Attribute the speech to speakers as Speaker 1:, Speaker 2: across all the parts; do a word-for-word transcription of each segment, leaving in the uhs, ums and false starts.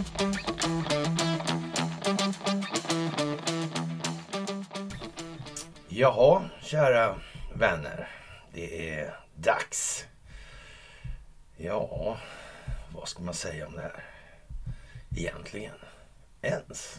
Speaker 1: Jaha, kära vänner. Det är dags. Ja, vad ska man säga om det här? Egentligen. Ens.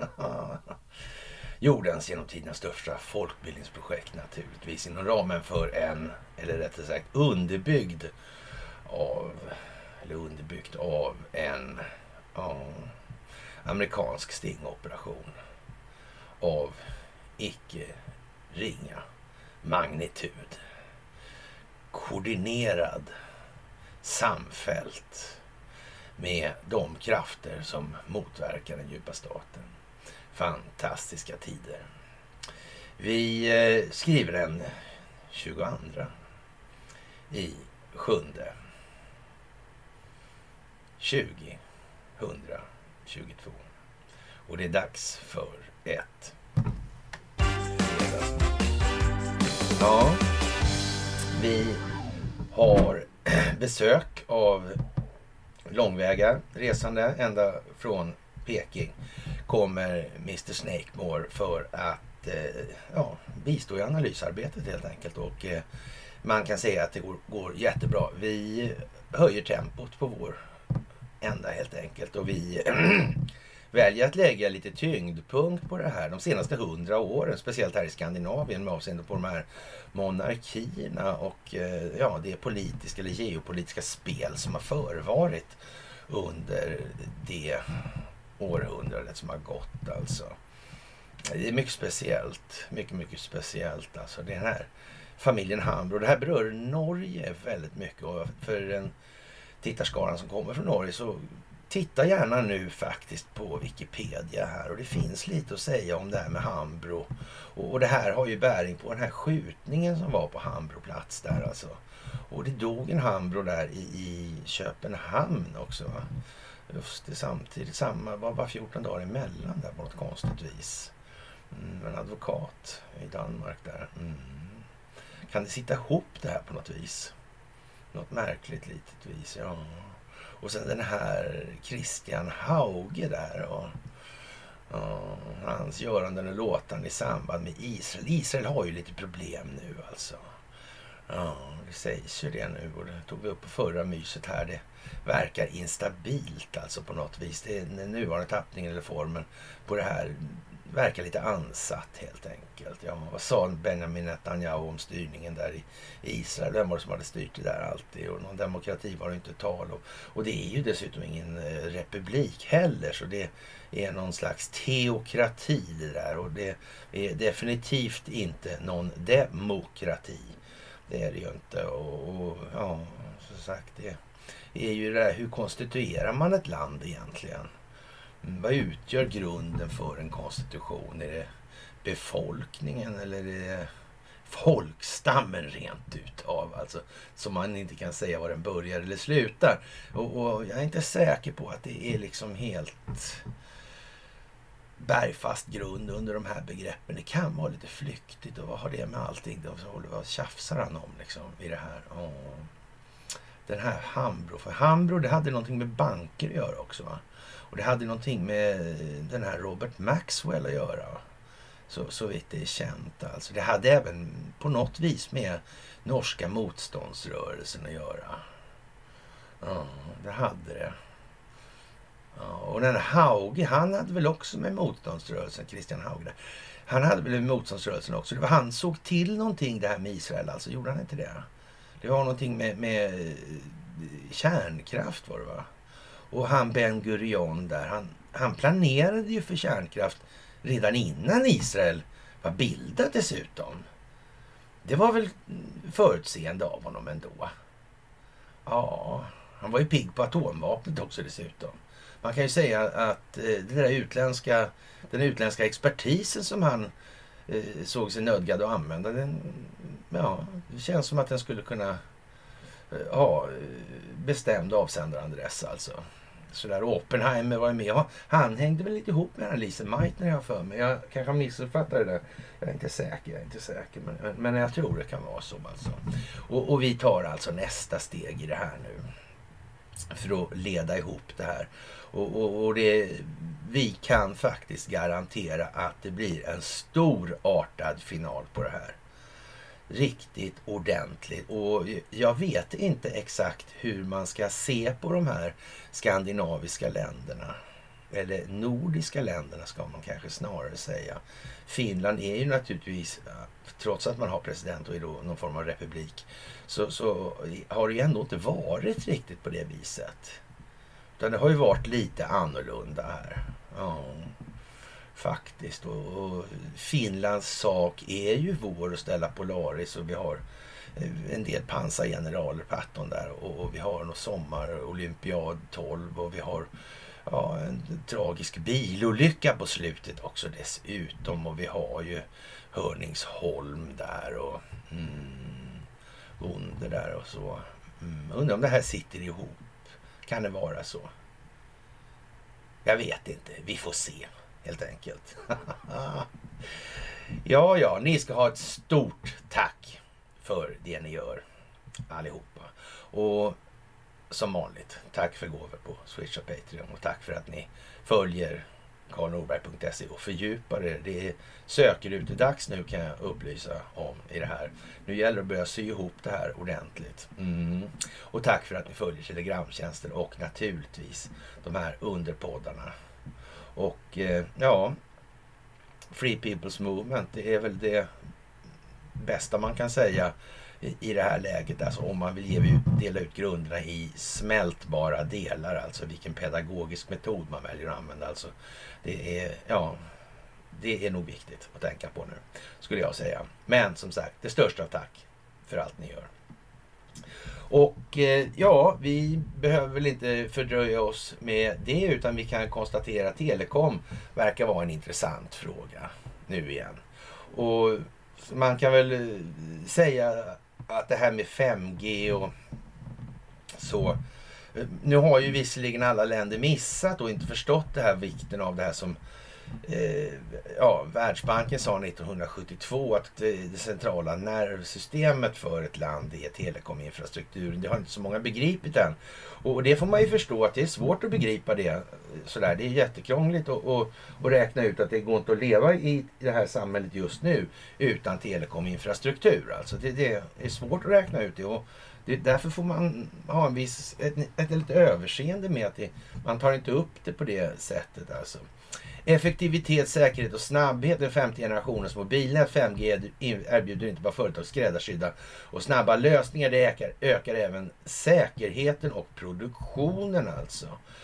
Speaker 1: Jordens genom tidernas största folkbildningsprojekt naturligtvis. Inom ramen för en, eller rättare sagt underbyggd av, eller underbyggt av en ja, amerikansk stingoperation av icke ringa magnitud. Koordinerad, samfällt med de krafter som motverkar den djupa staten. Fantastiska tider. Vi eh, skriver den tjugoandra i sjunde tjugohundratjugotvå. Och det är dags för ett Ja, vi har besök av långväga resande ända från Peking. Kommer mister Snakemore för att eh, ja, bistå i analysarbetet helt enkelt. Och eh, man kan säga att det går, går jättebra. Vi höjer tempot på vår ända helt enkelt. Och vi väljer att lägga lite tyngdpunkt på det här de senaste hundra åren, speciellt här i Skandinavien med avseende på de här monarkierna och ja, det politiska eller geopolitiska spel som har förevarit under det århundradet som har gått alltså. Det är mycket speciellt, mycket mycket speciellt alltså. Det här familjen Hambro, det här berör Norge väldigt mycket och för den tittarskaran som kommer från Norge så titta gärna nu faktiskt på Wikipedia här och det finns lite att säga om det här med Hambro. Och, och det här har ju bäring på den här skjutningen som var på Hambroplats där alltså. Och det dog en Hambro där i, i Köpenhamn också va? Just det, samtidigt, samma, var bara fjorton dagar emellan där på något konstigt vis. Mm, en advokat i Danmark där. Mm. Kan det sitta ihop det här på något vis? Något märkligt litet vis, ja. Och sen den här Christian Hauge där och, och hans göranden och låtande i samband med Israel. Israel har ju lite problem nu alltså. Ja, det sägs ju det nu och det tog vi upp på förra myset här. Det verkar instabilt alltså på något vis. Det är den nuvarande tappningen eller formen på det här verkar lite ansatt helt enkelt. Ja, vad sa Benjamin Netanyahu om styrningen där i Israel? Vem var det som hade styrt det där alltid? Och någon demokrati var det inte tal om. Och det är ju dessutom ingen eh, republik heller. Så det är någon slags teokrati det där. Och det är definitivt inte någon demokrati. Det är det ju inte. Och, och ja, som sagt, det är ju det där, hur konstituerar man ett land egentligen? Vad utgör grunden för en konstitution? Är det befolkningen eller är det folkstammen rent utav? Alltså, som man inte kan säga var den börjar eller slutar. Och, och jag är inte säker på att det är liksom helt bergfast grund under de här begreppen. Det kan vara lite flyktigt och vad har det med allting? Vad tjafsar han om liksom i det här? Åh. Den här Hambro. För Hambro, det hade någonting med banker att göra också va? Och det hade någonting med den här Robert Maxwell att göra. Så, så vitt det är känt. Alltså. Det hade även på något vis med norska motståndsrörelsen att göra. Ja, det hade det. Ja, och den här Hauge, han hade väl också med motståndsrörelsen, Christian Hauge. Han hade väl med motståndsrörelsen också. Det var, han såg till någonting det här med Israel, alltså gjorde han inte det? Det var någonting med, med kärnkraft var det va? Och han Ben Gurion där, han, han planerade ju för kärnkraft redan innan Israel var bildat dessutom. Det var väl förutseende av honom ändå. Ja, han var ju pigg på atomvapnet också dessutom. Man kan ju säga att eh, det där utländska, den utländska expertisen som han eh, såg sig nödgad att använda, den, ja, det känns som att den skulle kunna eh, ha bestämd avsändaradress alltså. Så där Oppenheimer var med. Ja, han hängde väl lite ihop med den här Lise Meitner jag för mig. Jag kanske missuppfattar det där. Jag är inte säker, jag är inte säker. Men, men jag tror det kan vara så alltså. Och, och vi tar alltså nästa steg i det här nu. för att leda ihop det här. Och, och, och det, vi kan faktiskt garantera att det blir en storartad final på det här. Riktigt ordentligt. Och jag vet inte exakt hur man ska se på de här skandinaviska länderna. Eller nordiska länderna ska man kanske snarare säga. Finland är ju naturligtvis, trots att man har president och är då någon form av republik, så, så har det ju ändå inte varit riktigt på det viset. Utan det har ju varit lite annorlunda här. Ja, faktiskt. Och, och Finlands sak är ju vår att ställa Polaris, och vi har en del pansargeneraler på atton där, och, och vi har någon sommar olympiad tolv, och vi har ja, en tragisk bilolycka på slutet också dessutom, och vi har ju Hörningsholm där och mm, under där och så. Mm, undrar om det här sitter ihop. Kan det vara så? Jag vet inte. Vi får se helt enkelt. ja, ja, ni ska ha ett stort tack för det ni gör allihopa. Och som vanligt, tack för gåvor på Swish och Patreon, och tack för att ni följer karl norberg punkt se och fördjupar er. Det är sökerutedags nu, kan jag upplysa om i det här. Nu gäller det att börja sy ihop det här ordentligt. Mm. Och tack för att ni följer telegramtjänster och naturligtvis de här underpoddarna. Och eh, ja, Free People's Movement, det är väl det bästa man kan säga i det här läget, alltså om man vill ge ut, dela ut grunderna i smältbara delar, alltså vilken pedagogisk metod man väljer att använda. Alltså det är, ja, det är nog viktigt att tänka på nu, skulle jag säga. Men som sagt, det största tack för allt ni gör. Och eh, ja, vi behöver väl inte fördröja oss med det, utan vi kan konstatera att telekom verkar vara en intressant fråga nu igen. Och man kan väl säga att det här med fem G och så, nu har ju visserligen alla länder missat och inte förstått det här, vikten av det här som eh, ja, Världsbanken sa nittonhundrasjuttiotvå, att det, det centrala nervsystemet för ett land är telekominfrastrukturen. Det har inte så många begripit än. Och det får man ju förstå, att det är svårt att begripa det sådär. Det är jättekrångligt att och, och räkna ut att det går inte att leva i det här samhället just nu utan telekominfrastruktur. Alltså det, det är svårt att räkna ut det, och det, därför får man ha en viss, ett, ett, ett lite överseende med att det, man tar inte upp det på det sättet alltså. Effektivitet, säkerhet och snabbhet. Den femte generationens mobilnät fem G erbjuder inte bara företag skräddarsydda och snabba lösningar. Det ökar, ökar även säkerheten och produktionen alltså.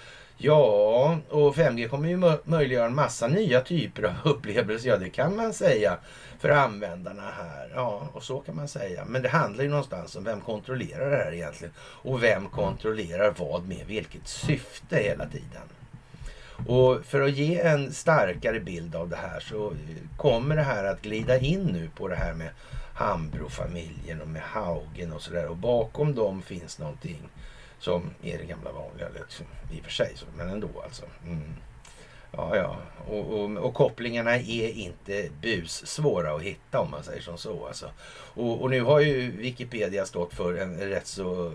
Speaker 1: Ja, och fem G kommer ju möjliggöra en massa nya typer av upplevelser. Ja, det kan man säga för användarna här. Ja, och så kan man säga. Men det handlar ju någonstans om vem kontrollerar det här egentligen. Och vem kontrollerar vad med vilket syfte hela tiden. Och för att ge en starkare bild av det här så kommer det här att glida in nu på det här med Hambro-familjen och med Haugen och sådär. Och bakom dem finns någonting som är det gamla vanliga, i och för sig, men ändå alltså. Mm. Ja, ja. Och, och, och kopplingarna är inte bus svåra att hitta, om man säger som så alltså. Och, och nu har ju Wikipedia stått för en rätt så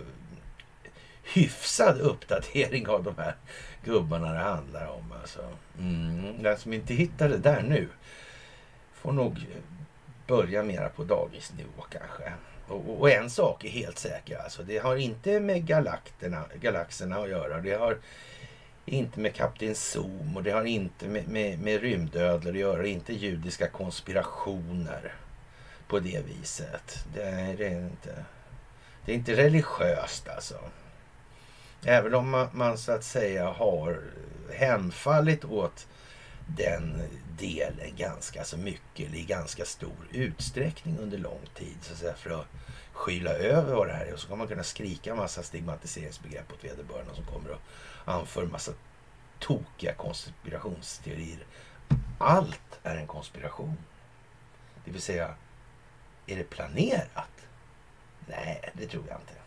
Speaker 1: hyfsad uppdatering av de här gubbarna det handlar om alltså. Mm. Den som inte hittar det där nu får nog börja mera på dagisnivå kanske. Och, och en sak är helt säker alltså, det har inte med galakterna, galaxerna att göra. Det har inte med Kapten Zoom, och det har inte med, med, med rymdödlor att göra. Inte judiska konspirationer på det viset. Det är, det är inte, det är inte religiöst alltså. Även om man, man så att säga har hemfallit åt den delen ganska så mycket, eller i ganska stor utsträckning under lång tid, så att säga, för att skyla över vad det här är. Och så kan man kunna skrika en massa stigmatiseringsbegrepp åt vederbörande som kommer att anföra en massa tokiga konspirationsteorier. Allt är en konspiration. Det vill säga, är det planerat? Nej, det tror jag inte.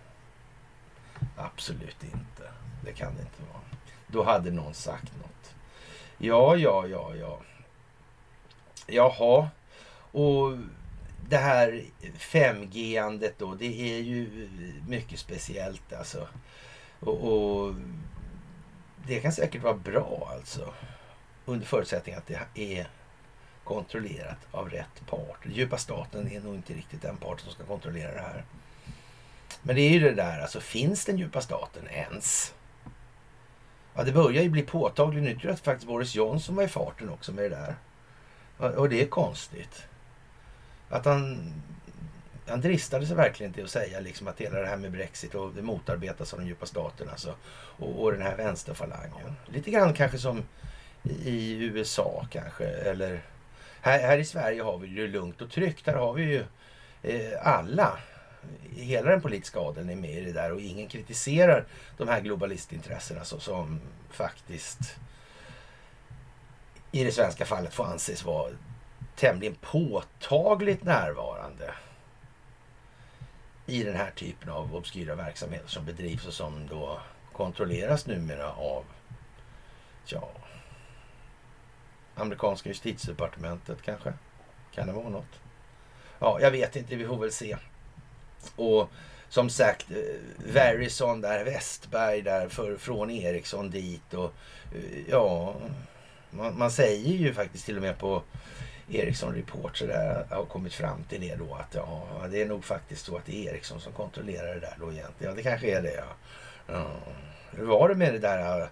Speaker 1: Absolut inte. Det kan det inte vara. Då hade någon sagt något. Ja, ja, ja, ja. Jaha. Och det här fem G-andet då, det är ju mycket speciellt alltså. Och, och det kan säkert vara bra alltså. Under förutsättning att det är kontrollerat av rätt part. Den djupa staten är nog inte riktigt den part som ska kontrollera det här. Men det är ju det där, alltså finns den djupa staten ens? Ja, det börjar ju bli påtagligt. Nu tror jag att faktiskt Boris Johnson var i farten också med det där. Och det är konstigt. Att han, han dristade sig verkligen till att säga liksom att hela det här med Brexit och det motarbetas av den djupa staten alltså, och, och den här vänsterfalangen. Lite grann kanske som i U S A kanske. Eller här, här i Sverige har vi det lugnt och tryggt. Där har vi ju eh, alla. Hela den politiska adeln är med i det där och ingen kritiserar de här globalistintressena så, som faktiskt i det svenska fallet får anses vara tämligen påtagligt närvarande i den här typen av obskyra verksamheter som bedrivs och som då kontrolleras numera av ja, amerikanska justitiedepartementet kanske. Kan det vara något? Ja, jag vet inte, vi får väl se. Och som sagt, Verizon där, Westberg där, för, från Ericsson dit och ja, man, man säger ju faktiskt till och med på Ericsson Report så där har kommit fram till det då att ja, det är nog faktiskt så att det är Ericsson som kontrollerar det där då egentligen. Ja, det kanske är det, ja. ja. Hur var det med det där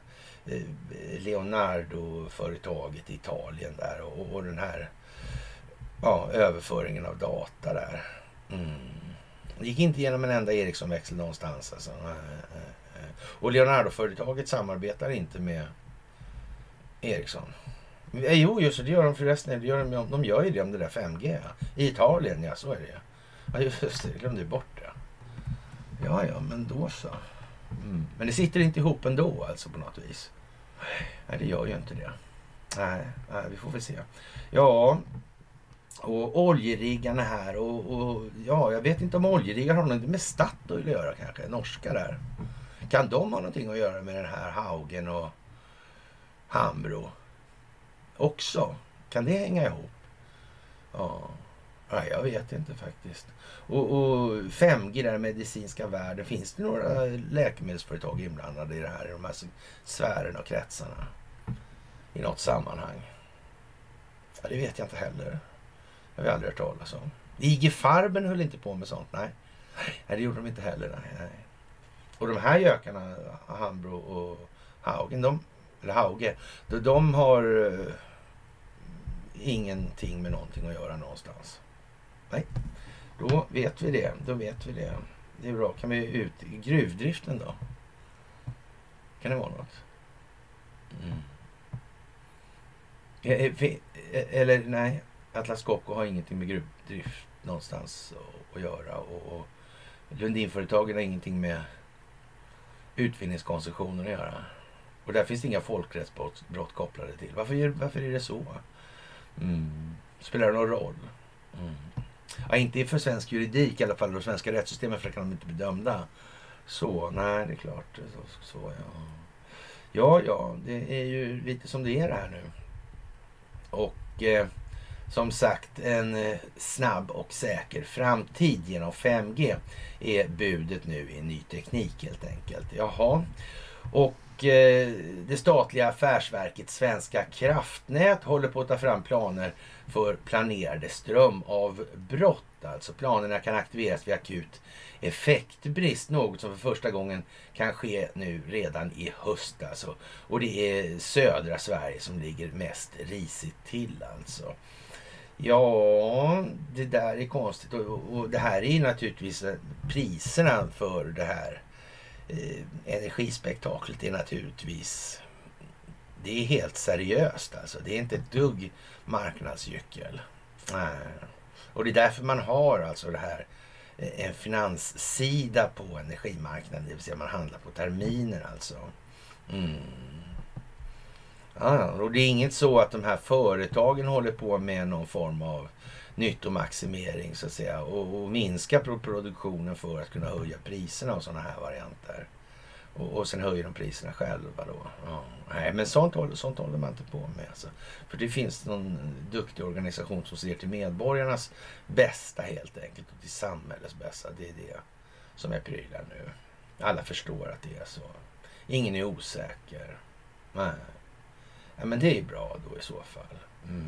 Speaker 1: Leonardo-företaget i Italien där och, och den här ja, överföringen av data där. Mm. Det gick inte igenom en enda Ericsson-växel någonstans. Alltså. Och Leonardo-företaget samarbetar inte med Ericsson. Jo, just det, det gör de förresten. Det gör de, de gör ju det om det där fem G. I Italien, ja, så är det. Ja, just det, jag glömde bort det. Ja, ja, men då så. Mm. Men det sitter inte ihop ändå, alltså på något vis. Nej, det gör ju inte det. Nej, nej vi får väl se. Ja, och oljeriggarna här och, och ja, jag vet inte om oljeriggar har något med Statoil att göra kanske, norska där. Kan de ha någonting att göra med den här Haugen och Hambro också? Kan det hänga ihop? Ja, nej, jag vet inte faktiskt. Och, och fem G, där medicinska världen, finns det några läkemedelsföretag inblandade i det här, i de här sfärerna och kretsarna i något sammanhang? Ja, det vet jag inte heller. Jag har aldrig hört talas om. I G Farben höll inte på med sånt, nej. Nej, det gjorde de inte heller, nej. nej. Och de här gökarna, Hambro och Haugen, de, eller Hauge, de, de har uh, ingenting med någonting att göra någonstans. Nej, då vet vi det. Då vet vi det. Det är bra. Kan vi ut i gruvdriften då? Kan det vara något? Mm. Eller nej, Atlas Copco har ingenting med gruvdrift någonstans att, att göra. Och, och Lundinföretagen har ingenting med utvinningskoncessioner att göra. Och där finns det inga folkrättsbrott brott kopplade till. Varför, varför är det så? Mm. Spelar det någon roll? Mm. Ja, inte för svensk juridik i alla fall, och svenska rättssystemet, för det kan de inte bli dömda. Så, nej, det är klart. Så, så, ja. ja, ja, det är ju lite som det är det här nu. Och eh, som sagt, en eh, snabb och säker framtid genom fem G är budet nu i ny teknik helt enkelt. Jaha, och eh, det statliga affärsverket Svenska kraftnät håller på att ta fram planer för planerade strömavbrott. Alltså planerna kan aktiveras vid akut effektbrist, något som för första gången kan ske nu redan i höst. Alltså. Och det är södra Sverige som ligger mest risigt till alltså. Ja, det där är konstigt och, och det här är naturligtvis priserna för det här eh, energispektaklet är naturligtvis, det är helt seriöst alltså. Det är inte ett dugg marknadsgyckel. Nej. Och det är därför man har alltså det här eh, en finanssida på energimarknaden, det vill säga man handlar på terminer alltså. Mm. Ja, och det är inget så att de här företagen håller på med någon form av nyttomaximering så att säga och, och minska produktionen för att kunna höja priserna och sådana här varianter. Och, och sen höjer de priserna själva då. Ja. Nej, men sånt håller, sånt håller man inte på med. Alltså. För det finns någon duktig organisation som ser till medborgarnas bästa helt enkelt och till samhällets bästa. Det är det som är prylar nu. Alla förstår att det är så. Ingen är osäker. Nej. Ja, men det är bra då i så fall. Mm.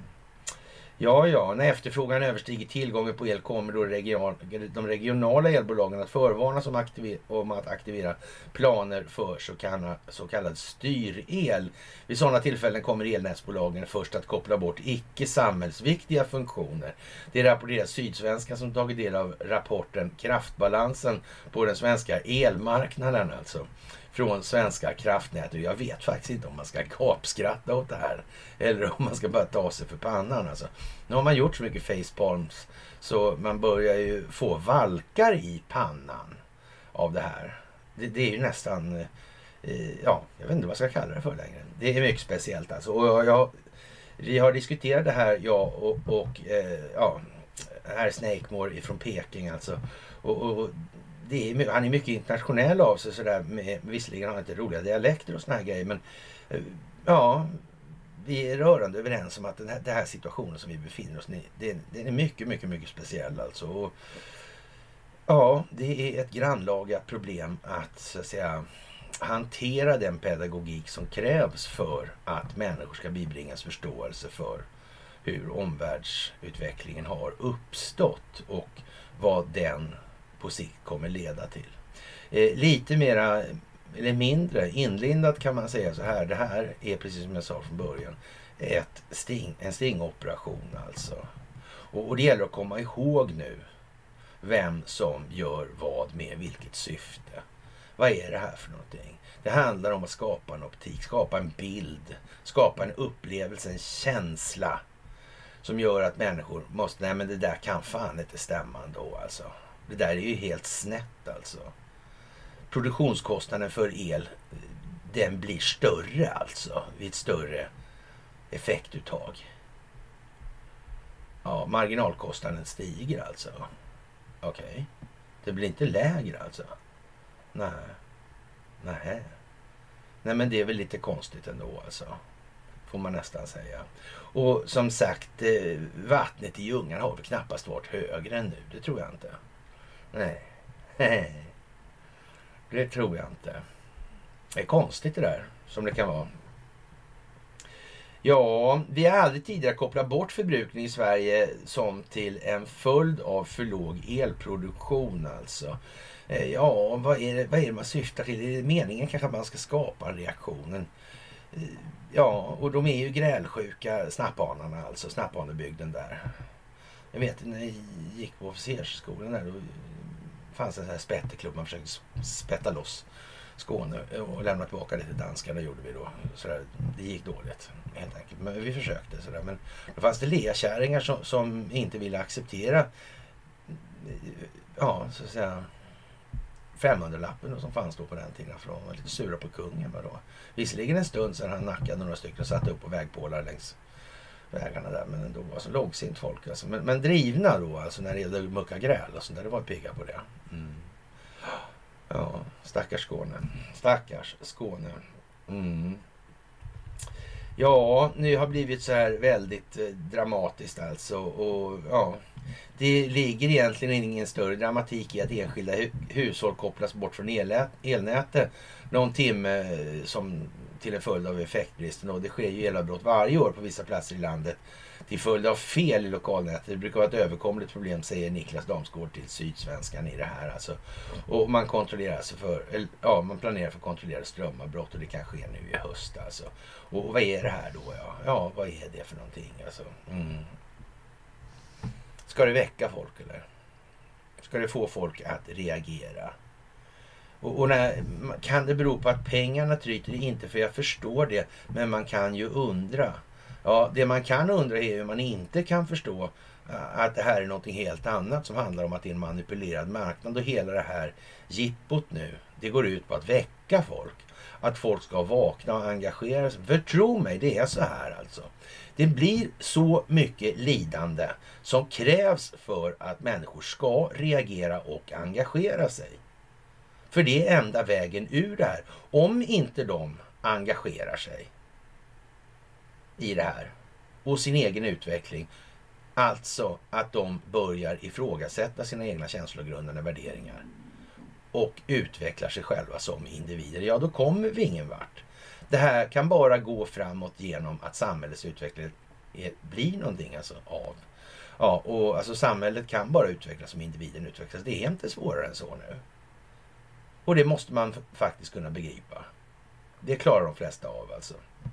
Speaker 1: Ja, ja, när efterfrågan överstiger tillgången på el kommer då regional, de regionala elbolagen att förvarnas om, aktiver, om att aktivera planer för så kallad, så kallad styrel. Vid sådana tillfällen kommer elnätsbolagen först att koppla bort icke samhällsviktiga funktioner. Det rapporterar Sydsvenskan som tagit del av rapporten Kraftbalansen på den svenska elmarknaden alltså. Från Svenska kraftnät, och jag vet faktiskt inte om man ska gapskratta åt det här eller om man ska bara ta sig för pannan alltså. Nu har man gjort så mycket facepalms så man börjar ju få valkar i pannan av det här. Det, det är ju nästan, eh, ja, jag vet inte vad jag ska kalla det för längre. Det är mycket speciellt alltså. Och jag, jag, vi har diskuterat det här, jag och, och eh, ja, herr Snakemore ifrån Peking alltså. Och, och det är, han är mycket internationell av sig sådär, med, visserligen har han inte roliga dialekter och såna här grejer, men ja, vi är rörande överens om att den här, den här situationen som vi befinner oss i, den, den är mycket, mycket, mycket speciell alltså. Och, ja, det är ett grannlaga problem att så att säga hantera den pedagogik som krävs för att människor ska bibringas förståelse för hur omvärldsutvecklingen har uppstått och vad den på sikt kommer leda till. Eh, lite mera eller mindre inlindat kan man säga så här. Det här är precis som jag sa från början ett sting, en stingoperation alltså. Och, och det gäller att komma ihåg nu vem som gör vad med vilket syfte. Vad är det här för någonting? Det handlar om att skapa en optik, skapa en bild, skapa en upplevelse, en känsla som gör att människor måste, nej men det där kan fan inte stämma ändå alltså. Det där är ju helt snett alltså. Produktionskostnaden för el, den blir större alltså vid ett större effektuttag. Ja, marginalkostnaden stiger alltså. Okej. Okay. Det blir inte lägre alltså. Nej. Nej. Nej men det är väl lite konstigt ändå alltså. Får man nästan säga. Och som sagt, vattnet i Ljungan har väl knappast varit högre än nu. Det tror jag inte. Nej. Det tror jag inte. Det är konstigt det där, som det kan vara. Ja, vi har aldrig tidigare kopplat bort förbrukning i Sverige som till en följd av för låg elproduktion alltså. Ja, vad är det, vad är det man syftar till? Är det meningen kanske att man ska skapa en reaktion? Ja, och de är ju grälsjuka, snapphanarna alltså, snapphanebygden där. Jag vet när jag gick på officersskolan där, då fanns en sån här spetteklubb, man försökte spätta loss Skåne och lämna tillbaka det till danskarna, gjorde vi då. Sådär, det gick dåligt helt enkelt, men vi försökte sådär. Men då fanns det leakärringar som, som inte ville acceptera, ja så att säga, femhundralappen som fanns då på den tiden, för de var lite sura på kungen då. Visserligen en stund sedan han nackade några stycken och satte upp på vägpålar längs vägarna där, men ändå var så lågsint folk alltså. Men, men drivna då alltså när det gällde att mucka gräl och sånt där, det var pigga på det. Mm. Ja, stackars Skåne. Stackars Skåne. Mm. Ja, nu har blivit så här väldigt eh, dramatiskt alltså. Och ja, det ligger egentligen ingen större dramatik i att enskilda hu- hushåll kopplas bort från elnät- elnätet någon timme eh, som till en följd av effektbristen. Och det sker ju elavbrott varje år på vissa platser i landet till följd av fel i lokalnätet. Det brukar vara ett överkomligt problem, säger Niklas Damsgård till Sydsvenskan i det här alltså. Och man kontrollerar alltså för, eller, ja, man planerar för att kontrollera strömavbrott, och det kan ske nu i höst alltså. Och, och vad är det här då? Ja, ja vad är det för någonting alltså? Mm. Ska det väcka folk eller? Ska det få folk att reagera? Och, och när, kan det bero på att pengarna tryter? Inte, för jag förstår det, men man kan ju undra. Ja, det man kan undra är hur man inte kan förstå att det här är något helt annat som handlar om att det är en manipulerad marknad, och hela det här jippot nu, det går ut på att väcka folk. Att folk ska vakna och engagera sig. För tro mig, det är så här alltså. Det blir så mycket lidande som krävs för att människor ska reagera och engagera sig. För det är enda vägen ur det här. Om inte de engagerar sig i det här och sin egen utveckling, alltså att de börjar ifrågasätta sina egna känslogrundande värderingar och utvecklar sig själva som individer, ja då kommer vi ingen vart. Det här kan bara gå framåt genom att samhällets utveckling är, blir någonting alltså av. Ja, och alltså samhället kan bara utvecklas som individen utvecklas. Det är inte svårare än så nu. Och det måste man faktiskt kunna begripa. Det klarar de flesta av alltså.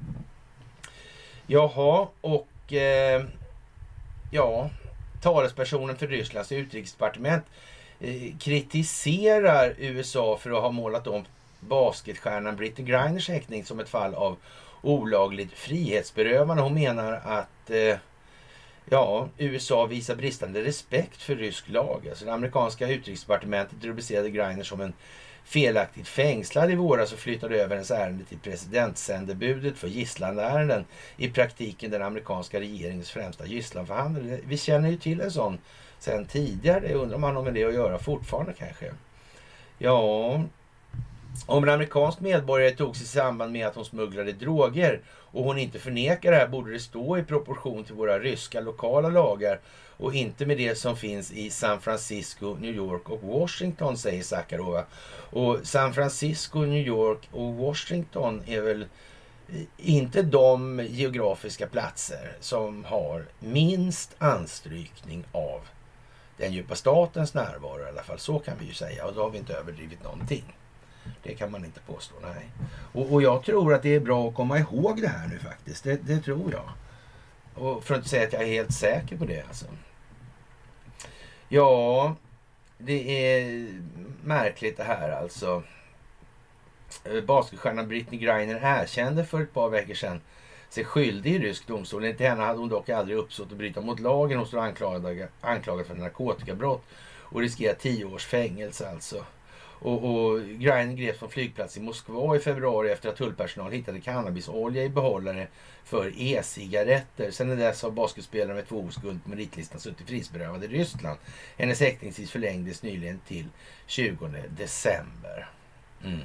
Speaker 1: Jaha, och eh, ja, talespersonen för Rysslands utrikesdepartement eh, kritiserar U S A för att ha målat om basketstjärnan Brittney Griners häktning som ett fall av olagligt frihetsberövande. Hon menar att eh, ja, U S A visar bristande respekt för rysk lag. Alltså det amerikanska utrikesdepartementet rubricerade Griner som en felaktigt fängslad i våras och flyttade över ens ärende till presidentsändebudet för gisslanärenden. I praktiken den amerikanska regeringens främsta gisslanförhandlare. Vi känner ju till en sån sedan tidigare. Jag undrar om han har med det att göra fortfarande kanske. Ja, om en amerikansk medborgare togs i samband med att hon smugglade droger och hon inte förnekar det här, borde det stå i proportion till våra ryska lokala lagar och inte med det som finns i San Francisco, New York och Washington, säger Zakharova. Och San Francisco, New York och Washington är väl inte de geografiska platser som har minst anstrykning av den djupa statens närvaro i alla fall. Så kan vi ju säga, och då har vi inte överdrivit någonting. Det kan man inte påstå, nej. Och, och jag tror att det är bra att komma ihåg det här nu faktiskt. Det, det tror jag. Och för att inte säga att jag är helt säker på det alltså. Ja, det är märkligt det här alltså. Basketstjärnan Brittney Griner erkände för ett par veckor sedan sig skyldig i rysk domstol. Enligt henne hade hon dock aldrig uppsåt att bryta mot lagen. Hon står anklagad, anklagad för narkotikabrott och riskerar tio års fängelse alltså. Och, och Griner greps från flygplats i Moskva i februari efter att tullpersonal hittade cannabisolja i behållare för e-cigaretter. Sen dess har basketspelaren med två oskuld på meritlistan suttit frihetsberövad i Ryssland. Hennes häktningstid förlängdes nyligen till tjugonde december. Mm.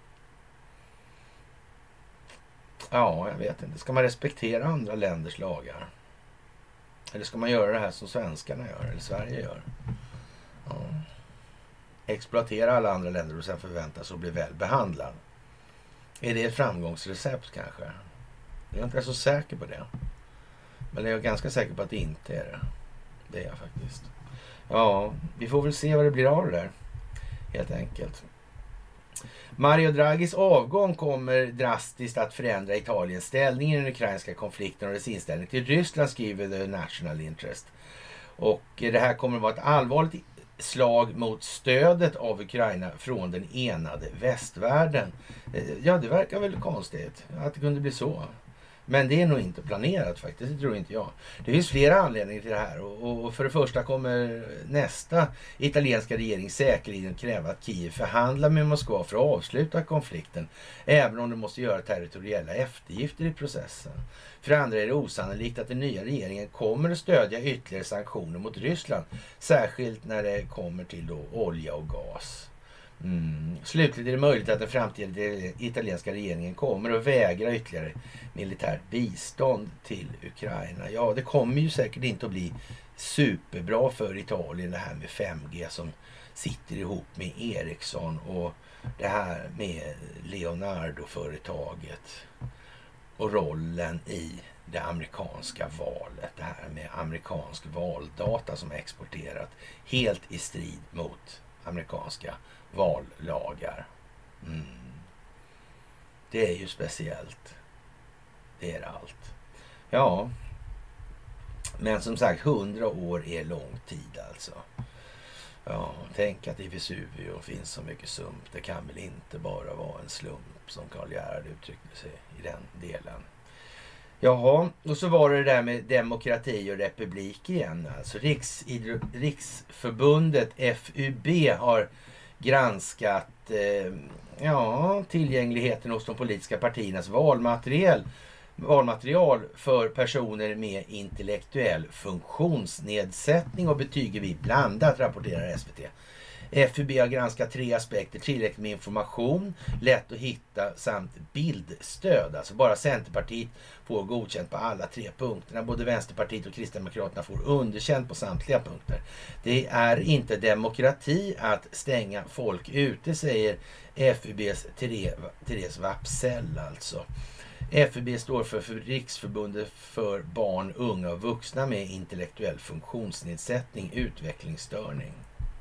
Speaker 1: Ja, jag vet inte. Ska man respektera andra länders lagar? Eller ska man göra det här som svenskarna gör, eller Sverige gör? Ja. Exploatera alla andra länder och sen förväntas att bli väl behandlad. Är det ett framgångsrecept kanske? Jag är inte så säker på det. Men jag är ganska säker på att det inte är det. Det är jag faktiskt. Ja, vi får väl se vad det blir av det där. Helt enkelt. Mario Draghis avgång kommer drastiskt att förändra Italiens ställning i den ukrainska konflikten och dess inställning till Ryssland, skriver The National Interest. Och det här kommer att vara ett allvarligt slag mot stödet av Ukraina från den enade västvärlden. Ja, det verkar väl konstigt att det kunde bli så. Men det är nog inte planerat faktiskt, det tror inte jag. Det finns flera anledningar till det här. Och, och för det första kommer nästa italienska regering säkerligen kräva att Kiev förhandlar med Moskva för att avsluta konflikten. Även om de måste göra territoriella eftergifter i processen. För det andra är det osannolikt att den nya regeringen kommer att stödja ytterligare sanktioner mot Ryssland. Särskilt när det kommer till då olja och gas. Mm. Slutligen är det möjligt att den framtida italienska regeringen kommer att vägra ytterligare militärt bistånd till Ukraina. Ja, det kommer ju säkert inte att bli superbra för Italien det här med fem G som sitter ihop med Ericsson och det här med Leonardo-företaget och rollen i det amerikanska valet. Det här med amerikansk valdata som är exporterat helt i strid mot amerikanska vallagar. Mm. Det är ju speciellt. Det är allt. Ja. Men som sagt, hundra år är lång tid alltså. Ja, tänk att i Vesuvio finns så mycket sump. Det kan väl inte bara vara en slump som Karl Gerhard uttryckte sig i den delen. Jaha, och så var det det där med demokrati och republik igen. Alltså Riksidro- Riksförbundet F U B har granskat eh, ja, tillgängligheten hos de politiska partiernas valmaterial, valmaterial för personer med intellektuell funktionsnedsättning och betyger vi blandat, rapporterar S V T. F U B har granskat tre aspekter: tillräckligt med information, lätt att hitta samt bildstöd. Alltså bara Centerpartiet får godkänt på alla tre punkterna. Både Vänsterpartiet och Kristdemokraterna får underkänt på samtliga punkter. Det är inte demokrati att stänga folk ute, säger F U B:s Therese Wapsell alltså. F U B står för, för Riksförbundet för barn, unga och vuxna med intellektuell funktionsnedsättning, utvecklingsstörning.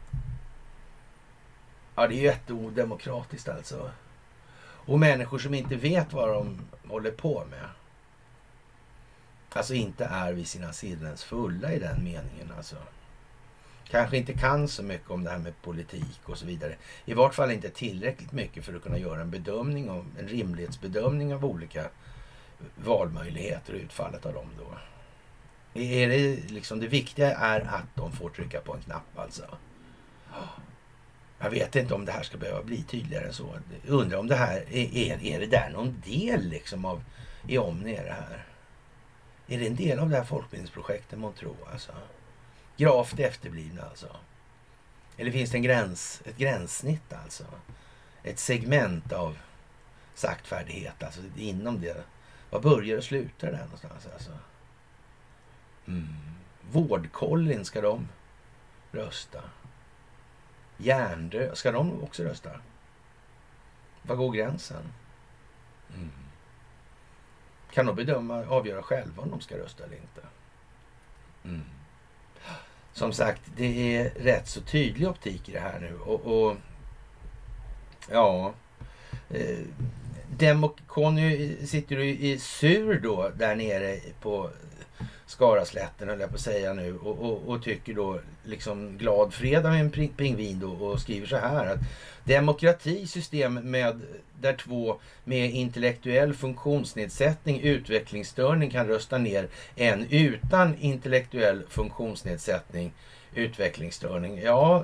Speaker 1: Ja, det är ju jätteodemokratiskt alltså. Och människor som inte vet vad de håller på med. Alltså inte är vid sina sinnens fulla i den meningen alltså. Kanske inte kan så mycket om det här med politik och så vidare. I vart fall inte tillräckligt mycket för att kunna göra en bedömning, om en rimlighetsbedömning av olika valmöjligheter och utfallet av dem då. Är det liksom, det viktiga är att de får trycka på en knapp alltså. Jag vet inte om det här ska behöva bli tydligare än så. Jag undrar om det här är, är, är det där någon del liksom av i Omni är det här? Är det en del av det här folkbildningsprojektet man tror alltså? Gravt efterblivna alltså. Eller finns det en gräns, ett gränssnitt alltså? Ett segment av saktfärdighet alltså inom det. Vad börjar och slutar där någonstans alltså? Mm. Vårdkollin, ska de rösta? Hjärndö, ska de också rösta? Vad går gränsen? Mm. Kan de bedöma, avgöra själva om de ska rösta eller inte? Mm. Som sagt, det är rätt så tydlig optik i det här nu. Och, och ja, eh, Demok- Conny sitter ju i sur då där nere på Skaraslätten, höll jag på att säga nu, och, och, och tycker då liksom glad fredag med en pingvin då, och skriver så här att demokratisystem med där två med intellektuell funktionsnedsättning, utvecklingsstörning kan rösta ner en utan intellektuell funktionsnedsättning, utvecklingsstörning. Ja,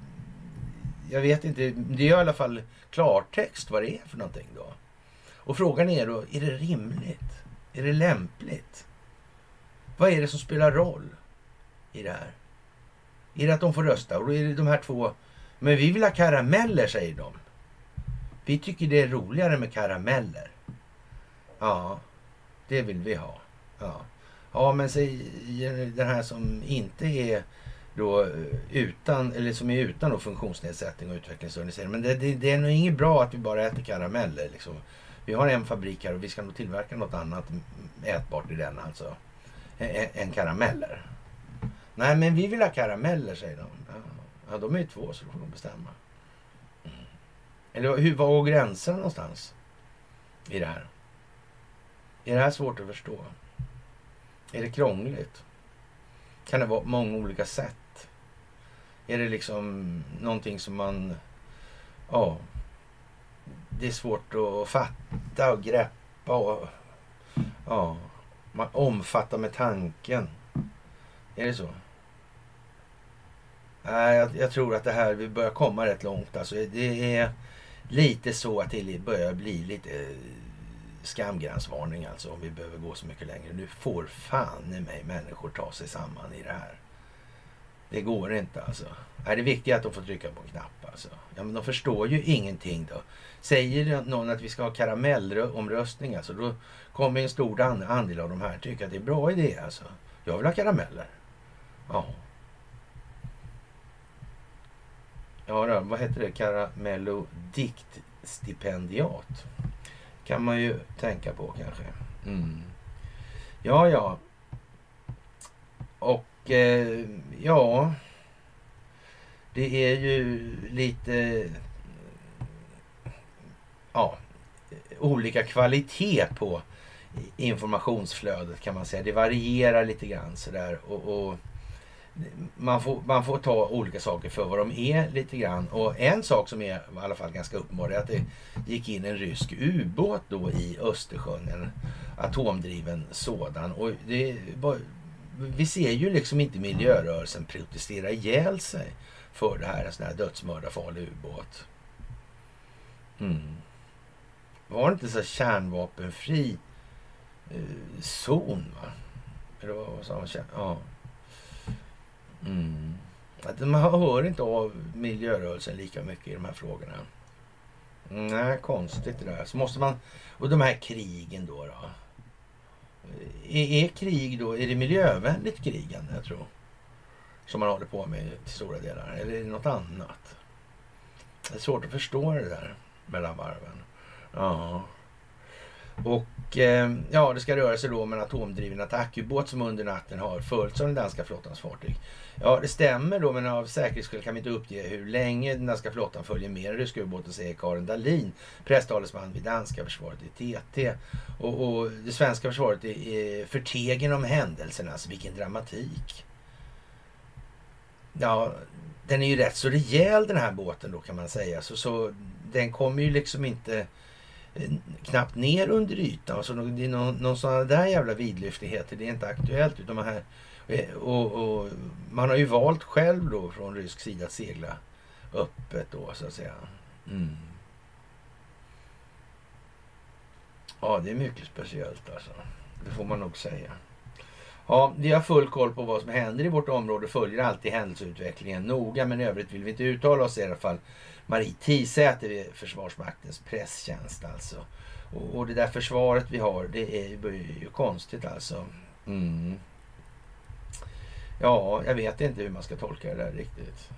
Speaker 1: jag vet inte, det är i alla fall klartext vad det är för någonting då. Och frågan är då, är det rimligt? Är det lämpligt? Vad är det som spelar roll i det här? Är det att de får rösta? Och då är det de här två, men vi vill ha karameller, säger de. Vi tycker det är roligare med karameller. Ja, det vill vi ha. Ja, ja, men säger den här som inte är då utan, eller som är utan då funktionsnedsättning och utvecklingsstörning, men det, det, det är nog inget bra att vi bara äter karameller liksom. Vi har en fabrik här och vi ska nog tillverka något annat ätbart i den alltså. En karameller. Nej, men vi vill ha karameller, säger de. Ja, de är ju två, så då får de bestämma. Mm. Eller hur, var går gränserna någonstans i det här? Är det här svårt att förstå? Är det krångligt? Kan det vara många olika sätt? Är det liksom någonting som man... Ja, det är svårt att fatta och greppa och... Ja... Man omfattar med tanken. Är det så? Nej, jag, jag tror att det här, vi börjar komma rätt långt. Alltså, det är lite så att det börjar bli lite skamgränsvarning alltså, om vi behöver gå så mycket längre. Nu får fan i mig människor ta sig samman i det här. Det går inte alltså. Nej, det viktiga är att de får trycka på en knapp alltså. Ja, men de förstår ju ingenting då. Säger någon att vi ska ha karamellomröstning alltså, då kommer en stor andel av de här tycka att det är bra idé alltså. Jag vill ha karameller. Ja. Ja då, vad heter det? Karamellodiktstipendiat. Kan man ju tänka på kanske. Mm. Ja, ja. Och eh, ja, det är ju lite ja, olika kvalitet på informationsflödet kan man säga. Det varierar lite grann sådär, och, och man, får, man får ta olika saker för vad de är lite grann. Och en sak som är i alla fall ganska uppenbar är att det gick in en rysk ubåt då i Östersjön, en atomdriven sådan. Och det var, vi ser ju liksom inte miljörörelsen protestera ihjäl sig för det här, en sån här dödsmördarfarlig ubåt. Mm. Var det inte så kärnvapenfri eh, zon, va? Eller vad sa man? Ja. Mm. att man hör inte av miljörörelsen lika mycket i de här frågorna. Nej, konstigt det där. Så måste man, och de här krigen då då. Är, är krig då, är det miljövänligt krigande, jag tror, som man håller på med till stora delar? Eller är det något annat? Det är svårt att förstå det där mellan varven. Ja. Och eh, ja, det ska röra sig då om en atomdriven attackubåt som under natten har följts av den danska flottans fartyg. Ja, det stämmer då, men av säkerhetsskäl kan vi inte uppge hur länge den danska flottan följer med den ryska ubåten, säger Karin Dahlin, presstalesman vid danska försvaret i T T. Och, och det svenska försvaret är, är förtegen om händelserna, alltså vilken dramatik. Ja, den är ju rätt så rejäl den här båten då, kan man säga. Så, så den kommer ju liksom inte knappt ner under ytan. Så det är någon, någon sån där jävla vidlyftigheter. Det är inte aktuellt. Utan man, här, och, och, man har ju valt själv då från rysk sida att segla öppet då, så att säga. Mm. Ja, det är mycket speciellt alltså. Det får man nog säga. Ja, vi har full koll på vad som händer i vårt område, följer alltid händelseutvecklingen noga, men i övrigt vill vi inte uttala oss, i alla fall Marie Tisäter vid Försvarsmaktens presstjänst alltså. Och, och det där försvaret vi har, det är ju, ju konstigt alltså. Mm. Ja, jag vet inte hur man ska tolka det där riktigt.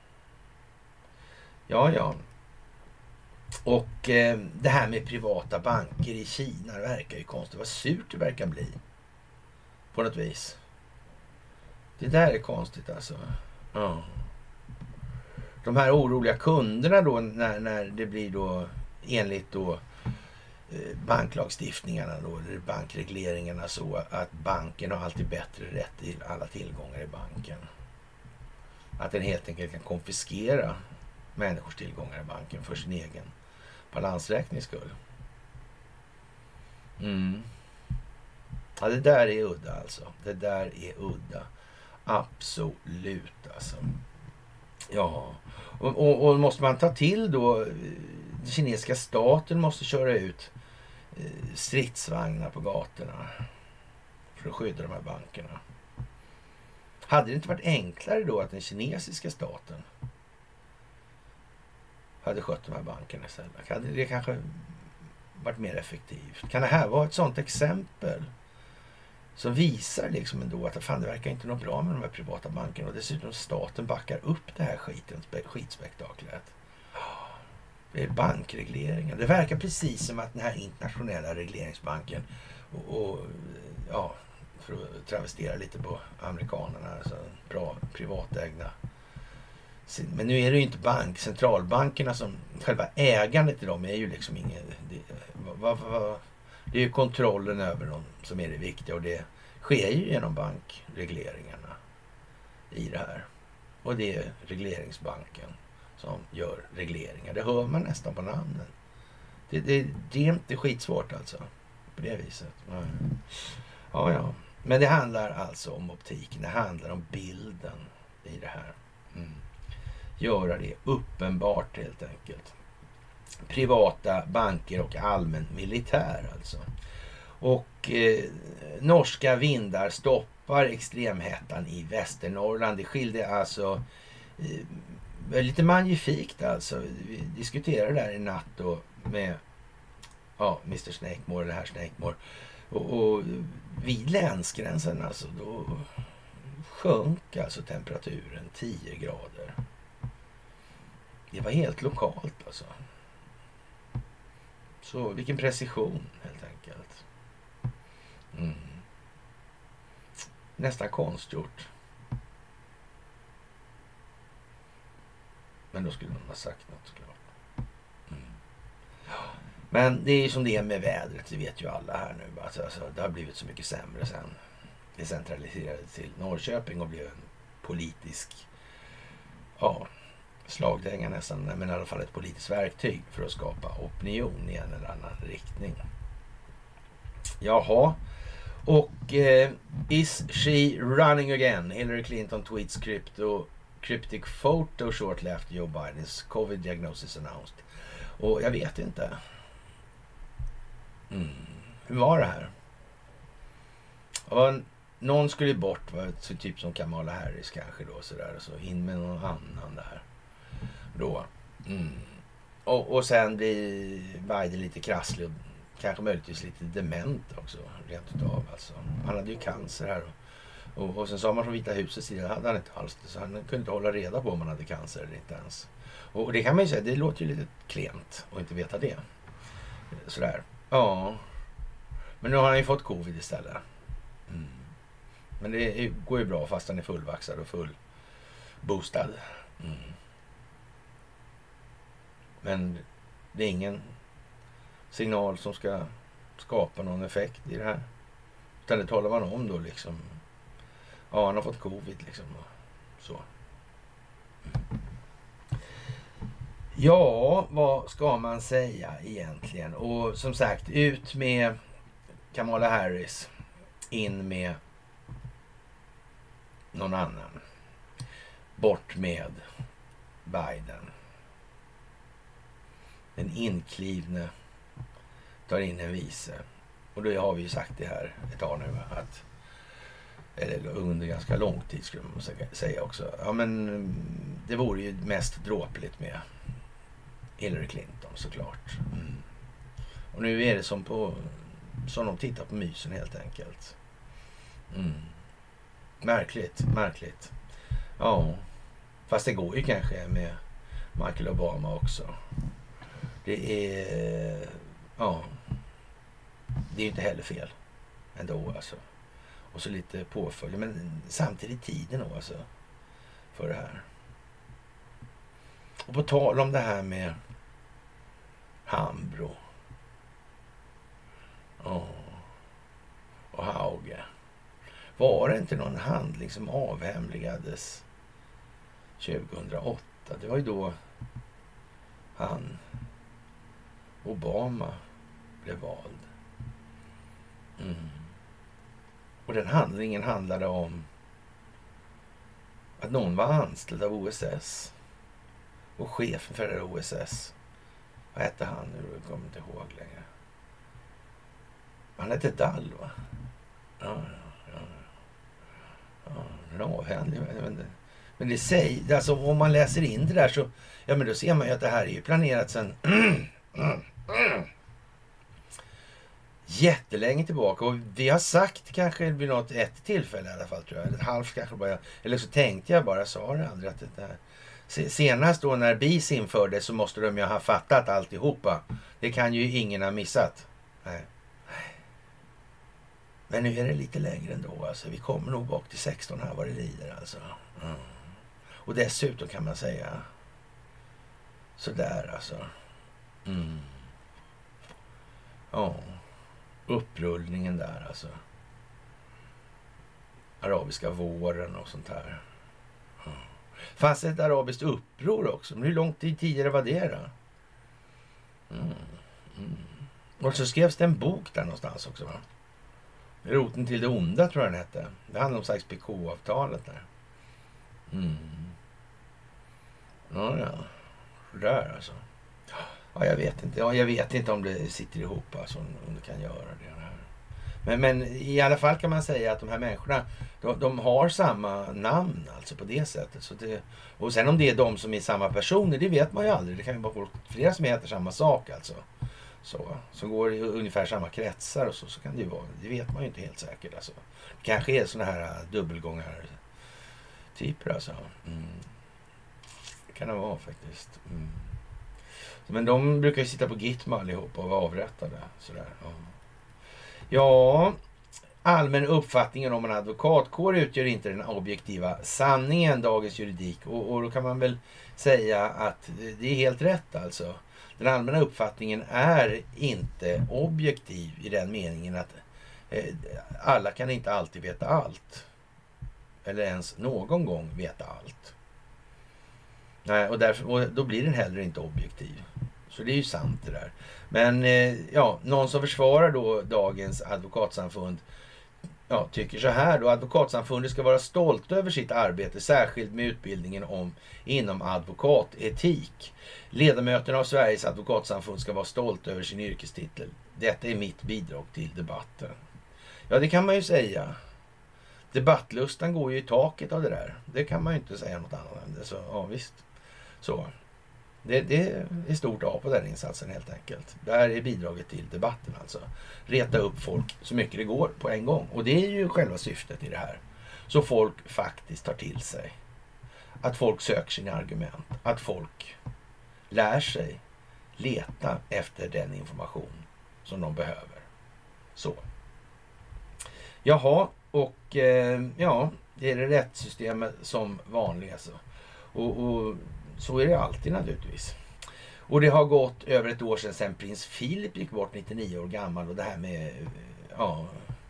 Speaker 1: Ja, ja. Och eh, det här med privata banker i Kina verkar ju konstigt. Vad surt det verkar bli. På något vis. Det där är konstigt alltså. Ja. De här oroliga kunderna då, när, när det blir då enligt då eh, banklagstiftningarna då, eller bankregleringarna, så att banken har alltid bättre rätt till alla tillgångar i banken. Att den helt enkelt kan konfiskera människors tillgångar i banken för sin egen balansräknings skull. Mm. Ja, det där är udda alltså. Det där är udda. Absolut alltså. Ja. Och, och, och måste man ta till då, den kinesiska staten måste köra ut stridsvagnar på gatorna för att skydda de här bankerna. Hade det inte varit enklare då att den kinesiska staten hade skött de här bankerna istället? Hade det kanske varit mer effektivt? Kan det här vara ett sånt exempel som visar liksom ändå att fan, det verkar inte något bra med de här privata bankerna, och dessutom staten backar upp det här skiten, skitspektaklet. Det är bankregleringen. Det verkar precis som att den här internationella regleringsbanken och, och ja, för att travestera lite på amerikanerna, alltså bra privatägda. Men nu är det ju inte bank, centralbankerna som själva ägandet i dem är ju liksom inget. Det, vad, vad, det är ju kontrollen över dem som är det viktiga, och det sker ju genom bankregleringarna i det här. Och det är regleringsbanken som gör regleringar. Det hör man nästan på namnen. Det, det, det är inte skitsvårt alltså på det viset. Ja, ja. Men det handlar alltså om optiken. Det handlar om bilden i det här. Mm. Göra det uppenbart helt enkelt. Privata banker och allmän militär alltså. Och eh, norska vindar stoppar extremhettan i Västernorrland. Det skilde alltså eh, lite magnifikt alltså. Vi diskuterade där i natt då med ja, mister Snakemore, eller herr Snakemore. Och, och vid länsgränsen alltså, då sjönk alltså temperaturen tio grader. Det var helt lokalt alltså. Så vilken precision helt enkelt. Mm. Nästan konstgjort. Men då skulle man ha sagt något klart. Mm. Men det är ju som det är med vädret, det vet ju alla här nu. Alltså, alltså, det har blivit så mycket sämre sen det centraliserades till Norrköping och blev en politisk ja, slagdänga nästan, men i alla fall ett politiskt verktyg för att skapa opinion i en eller annan riktning. Jaha. Och eh, is she running again? Hillary Clinton tweets crypto, cryptic photo shortly after Joe Bidens COVID diagnosis announced. Och jag vet inte. Mm. Hur var det här? Det var en någon skulle bort, va? Så typ som Kamala Harris kanske då sådär. Och så in med någon annan där. Då. Mm. Och, och sen blir Biden lite krasslig och kanske möjligtvis lite dement också. Rent utav alltså. Han hade ju cancer här. Och, och, och sen sa man från Vita husets sida, hade han inte alls det. Så han kunde inte hålla reda på om han hade cancer eller inte ens. Och det kan man ju säga, det låter ju lite klent att inte veta det. Sådär. Ja. Men nu har han ju fått covid istället. Mm. Men det går ju bra fast han är fullvaxad och full boostad. Mm. Men det är ingen signal som ska skapa någon effekt i det här. Utan det talar man om då liksom. Ja, han har fått covid liksom. Så. Mm. Ja, vad ska man säga egentligen? Och som sagt, ut med Kamala Harris. In med någon annan. Bort med Biden. Den inklivne tar in en vice. Och då har vi ju sagt det här ett tag nu. Att, eller under ganska lång tid skulle man säga också. Ja, men det vore ju mest dråpligt med Hillary Clinton såklart. Mm. Och nu är det som på som de tittar på mysen helt enkelt. Mm. Märkligt, märkligt. Ja, fast det går ju kanske med Michael Obama också. Det är, ja, det är ju inte heller fel ändå alltså. Och så lite påföljd, men samtidigt tiden då alltså för det här. Och på tal om det här med Hambro. Ja. Och Hauge. Var det inte någon handling som avhemligades tjugohundraåtta? Det var ju då han, Obama, blev vald. Mm. Och den handlingen handlade om att någon var anställd av O S S. Och chefen för det O S S. Vad hette han nu? Jag kommer inte ihåg längre. Han hette Dall, va? Ja, ja, ja. Den avhändlig. Men det, men det säger, alltså om man läser in det där så, ja men då ser man ju att det här är ju planerat sedan jättelänge tillbaka. Och vi har sagt kanske vid något ett tillfälle i alla fall tror jag. Ett halvt kanske bara. Eller så tänkte jag bara, sa det aldrig att det där. Senast då när B I S infördes så måste de ju ha fattat alltihopa. Det kan ju ingen ha missat. Nej. Men nu är det lite längre ändå. Alltså. Vi kommer nog bak till sexton här vad det lider. Alltså. Mm. Och dessutom kan man säga sådär alltså. Mm. Ja. Upprullningen där alltså. Arabiska våren och sånt här. Mm. Fanns ett arabiskt uppror också. Men hur lång tid tidigare var det då? Mm. Mm. Och så skrevs det en bok där någonstans också, va? Roten till det onda tror jag den hette. Det handlar om Sykes P K-avtalet där. Mm. Ja, ja. Där alltså. Ja, jag vet inte. Ja, jag vet inte om det sitter ihop alltså, om det kan göra det här. Men, men i alla fall kan man säga att de här människorna, de, de har samma namn alltså på det sättet. Så det, och sen om det är de som är samma personer, det vet man ju aldrig. Det kan ju vara folk, flera som heter samma sak alltså. Så, som går i ungefär samma kretsar och så, så kan det ju vara. Det vet man ju inte helt säkert alltså. Det kanske är såna här dubbelgångar typer alltså. Mm. Det kan det vara faktiskt. Mm. Men de brukar ju sitta på Gitma allihop och vara avrättade. Sådär, ja. Ja, allmän uppfattningen om en advokatkår utgör inte den objektiva sanningen, dagens juridik. Och, och då kan man väl säga att det är helt rätt alltså. Den allmänna uppfattningen är inte objektiv i den meningen att eh, alla kan inte alltid veta allt. Eller ens någon gång veta allt. Nej, och, därför, och då blir den heller inte objektiv. Så det är ju sant det där. Men eh, ja, någon som försvarar då dagens advokatsamfund ja, tycker så här då. Advokatsamfundet ska vara stolt över sitt arbete, särskilt med utbildningen om inom advokatetik. Ledamöterna av Sveriges advokatsamfund ska vara stolt över sin yrkestitel. Detta är mitt bidrag till debatten. Ja, det kan man ju säga. Debattlustan går ju i taket av det där. Det kan man ju inte säga något annat än det. Så, ja, visst. Så. Det, det är stort A på den insatsen helt enkelt. Det här är bidraget till debatten alltså. Reta upp folk så mycket det går på en gång. Och det är ju själva syftet i det här. Så folk faktiskt tar till sig. Att folk söker sina argument. Att folk lär sig leta efter den information som de behöver. Så. Jaha, och eh, ja, det är det rättssystemet som vanligt alltså. Och, och så är det alltid naturligtvis. Och det har gått över ett år sedan, sedan prins Philip gick bort, nittionio år gammal. Och det här med ja,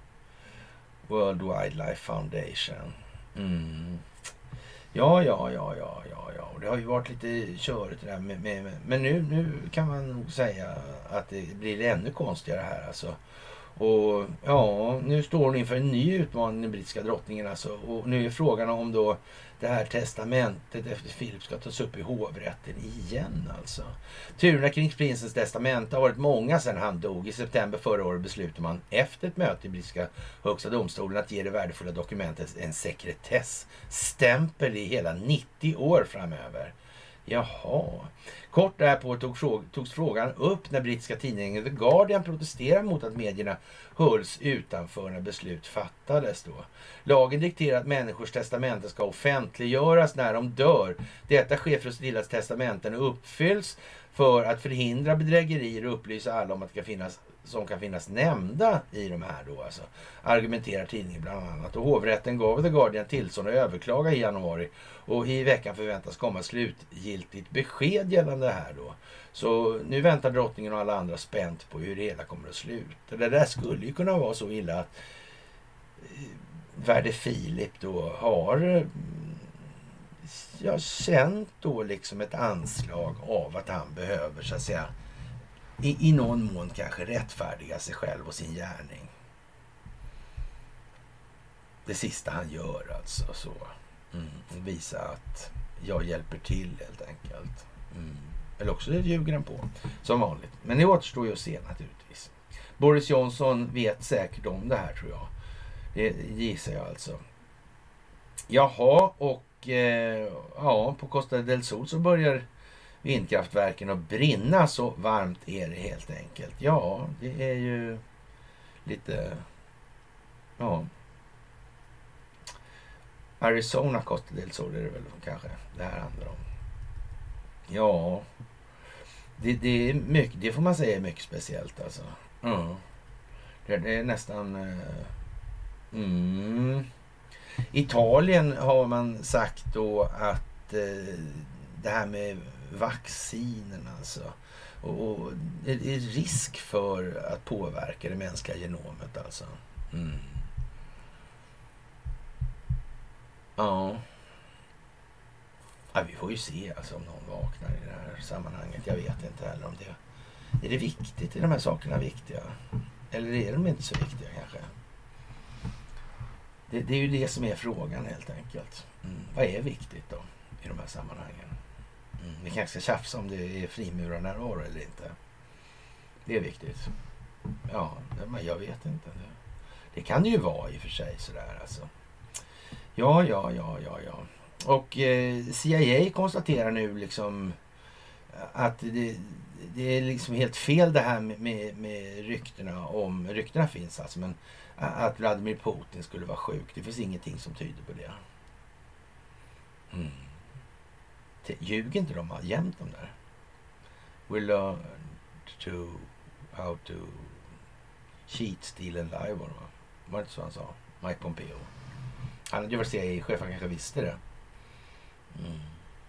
Speaker 1: World Wildlife Foundation. Mm. Ja, ja, ja, ja, ja, ja. Och det har ju varit lite körigt det där med, med, med. Men nu, nu kan man nog säga att det blir ännu konstigare här alltså. Och ja, nu står hon inför en ny utmaning, den brittiska drottningen alltså. Och nu är frågan om då det här testamentet efter Philip ska tas upp i hovrätten igen alltså. Turerna kring prinsens testament har varit många sedan han dog. I september förra året beslutade man efter ett möte i brittiska högsta domstolen att ge det värdefulla dokumentet en sekretessstämpel i hela nittio år framöver. Jaha. Kort därpå tog fråg- togs frågan upp när brittiska tidningen The Guardian protesterade mot att medierna hölls utanför när beslut fattades då. Lagen dikterar att människors testamenten ska offentliggöras när de dör. Detta sker för att se till att testamenten uppfylls för att förhindra bedrägerier och upplysa alla om att det kan finnas, som kan finnas nämnda i de här då alltså. Argumenterar tidningen bland annat. Och hovrätten gav The Guardian tillstånd att överklaga i januari. Och i veckan förväntas komma slutgiltigt besked gällande det här då. Så nu väntar drottningen och alla andra spänt på hur det hela kommer att sluta. Det där skulle ju kunna vara så illa att värde Philip då har ja, känt då liksom ett anslag av att han behöver så att säga i, i någon mån kanske rättfärdiga sig själv och sin gärning. Det sista han gör alltså så. Mm. Visa att jag hjälper till helt enkelt. Mm. Eller också det ljuger han på som vanligt. Men det återstår ju att se naturligtvis. Boris Johnson vet säkert om det här tror jag. Det gissar jag alltså. Jaha, och eh, ja, på Costa del Sol så börjar vindkraftverken att brinna, så varmt är det helt enkelt. Ja, det är ju lite ja Arizona Costa del Sol är det väl kanske det här handlar om. Ja, det, det är mycket, det får man säga är mycket speciellt alltså. Mm. Det, det är nästan mm. Italien har man sagt då att eh, det här med vaccinen alltså och, och det är risk för att påverka det mänskliga genomet alltså. Mm. Ja. Ja, vi får ju se alltså om någon vaknar i det här sammanhanget. Jag vet inte heller om det. Är det viktigt? Är de här sakerna viktiga? Eller är de inte så viktiga kanske? Det, det är ju det som är frågan helt enkelt. Mm. Vad är viktigt då i de här sammanhangen? Mm. Vi kanske ska tjafsa om det är frimurarnärvaro eller inte. Det är viktigt. Ja, men jag vet inte. Det, det kan det ju vara i och för sig sådär alltså. Ja, ja, ja, ja, ja. Och eh, C I A konstaterar nu liksom att det, det är liksom helt fel det här med, med, med ryktena om, ryktena finns alltså, men att Vladimir Putin skulle vara sjuk. Det finns ingenting som tyder på det. Mm. Ljuger inte de jämt de där? We learn to how to cheat, steal and lie var det va? Var det inte så han sa? Mike Pompeo. Han hade ju varit C I A-chef, han kanske visste det. Mm.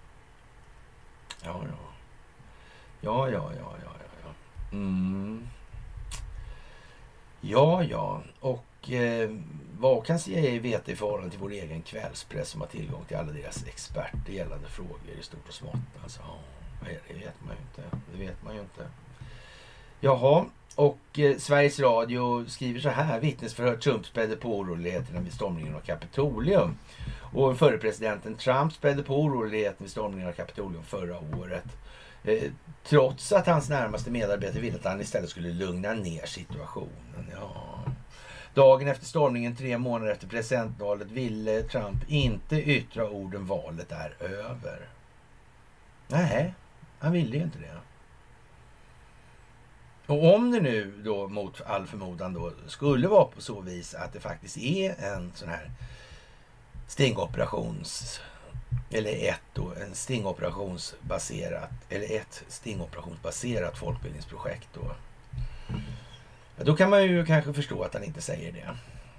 Speaker 1: Ja, ja. Ja, ja, ja, ja, ja. Mm. Ja, ja. Och eh, vad kan C I A veta i förhållande till vår egen kvällspress som har tillgång till alla deras experter gällande frågor i stort och smått? Alltså, ja, det vet man ju inte. Det vet man ju inte. Jaha, och eh, Sveriges Radio skriver så här. Vittnesförhör Trump spädde på oroligheterna vid stormningen av Kapitolium. Och förre presidenten Trump spädde på oroligheterna vid stormningen av Kapitolium förra året. Eh, trots att hans närmaste medarbetare ville att han istället skulle lugna ner situationen. Ja. Dagen efter stormningen, tre månader efter presidentvalet, ville Trump inte yttra orden valet är över. Nej, han ville ju inte det. Och om det nu då mot all förmodan då skulle vara på så vis att det faktiskt är en sån här stingoperations eller ett då, en stingoperationsbaserat eller ett stingoperationsbaserat folkbildningsprojekt då. Då kan man ju kanske förstå att han inte säger det.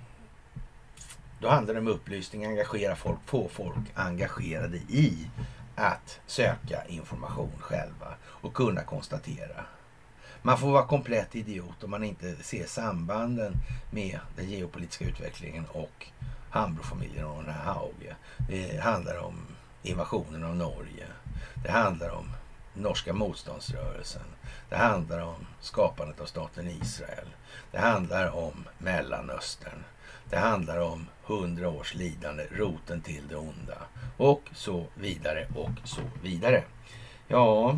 Speaker 1: Då handlar det om upplysning, engagera folk, få folk engagerade i att söka information själva och kunna konstatera. Man får vara komplett idiot om man inte ser sambanden med den geopolitiska utvecklingen och Hambro-familjen och den här Hauge. Det handlar om invasionen av Norge. Det handlar om norska motståndsrörelsen. Det handlar om skapandet av staten Israel. Det handlar om Mellanöstern. Det handlar om hundra års lidande, roten till det onda. Och så vidare och så vidare. Ja,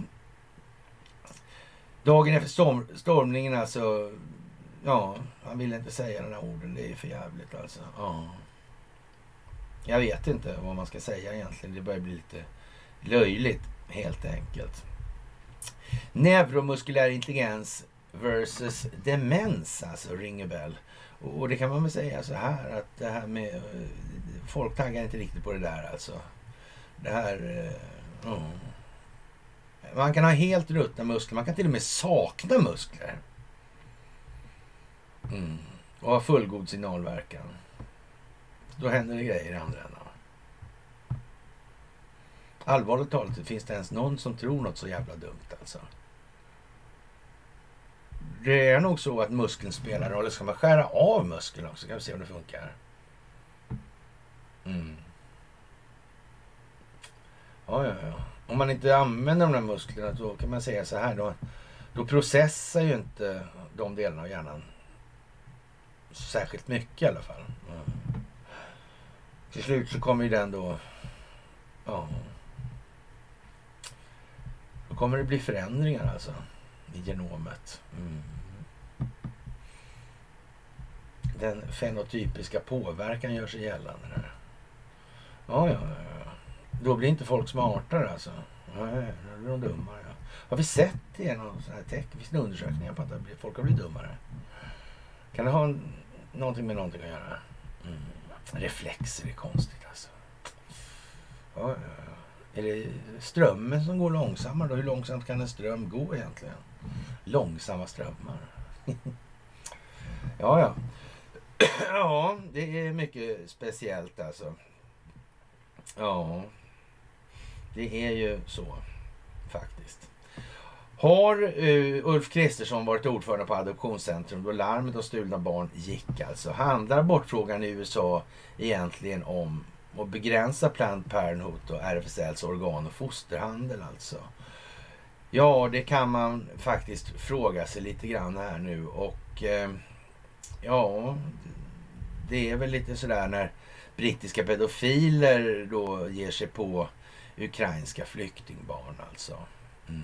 Speaker 1: dagen efter storm, stormningen alltså, ja, han ville inte säga den här orden, det är för jävligt alltså. Ja. Jag vet inte vad man ska säga egentligen, det börjar bli lite löjligt helt enkelt. Neuromuskulär intelligens versus demens, alltså ringer bell. Och det kan man väl säga så här att det här med folk taggar inte riktigt på det där alltså. Det här uh, man kan ha helt ruttna muskler, man kan till och med sakna muskler. Mm. Och ha fullgod signalverkan. Då händer det grejer i andra änden. Allvarligt talat, finns det ens någon som tror något så jävla dumt alltså. Det är nog så att muskeln spelar roll. Eller ska man skära av muskeln också? Kan vi se om det funkar. Mm. Ja, ja, ja. Om man inte använder de där musklerna då kan man säga så här. Då, då processar ju inte de delarna av hjärnan särskilt mycket i alla fall. Mm. Till slut så kommer ju den då... Ja... Då kommer det bli förändringar alltså i genomet. Mm. Den fenotypiska påverkan gör sig gällande där. Ja, ja, ja. Då blir inte folk smartare alltså. Nej, då blir de dummare. Ja. Har vi sett det i någon sån här tecken? Finns det undersökningar på att folk har blivit dummare? Kan det ha en, någonting med någonting att göra? Mm. Reflexer är konstigt alltså. Ja, ja, ja. Är det strömmen som går långsammare då? Hur långsamt kan en ström gå egentligen? Långsamma strömmar. ja, ja. ja, det är mycket speciellt alltså. Ja, det är ju så faktiskt. Har uh, Ulf Kristersson varit ordförande på Adoptionscentrum då larmet och stulna barn gick alltså? Handlar abortfrågan i U S A egentligen om att begränsa Planned Parenthood och R F S L:s organ och fosterhandel alltså? Ja, det kan man faktiskt fråga sig lite grann här nu och eh, ja, det är väl lite sådär när brittiska pedofiler då ger sig på ukrainska flyktingbarn alltså. Mm.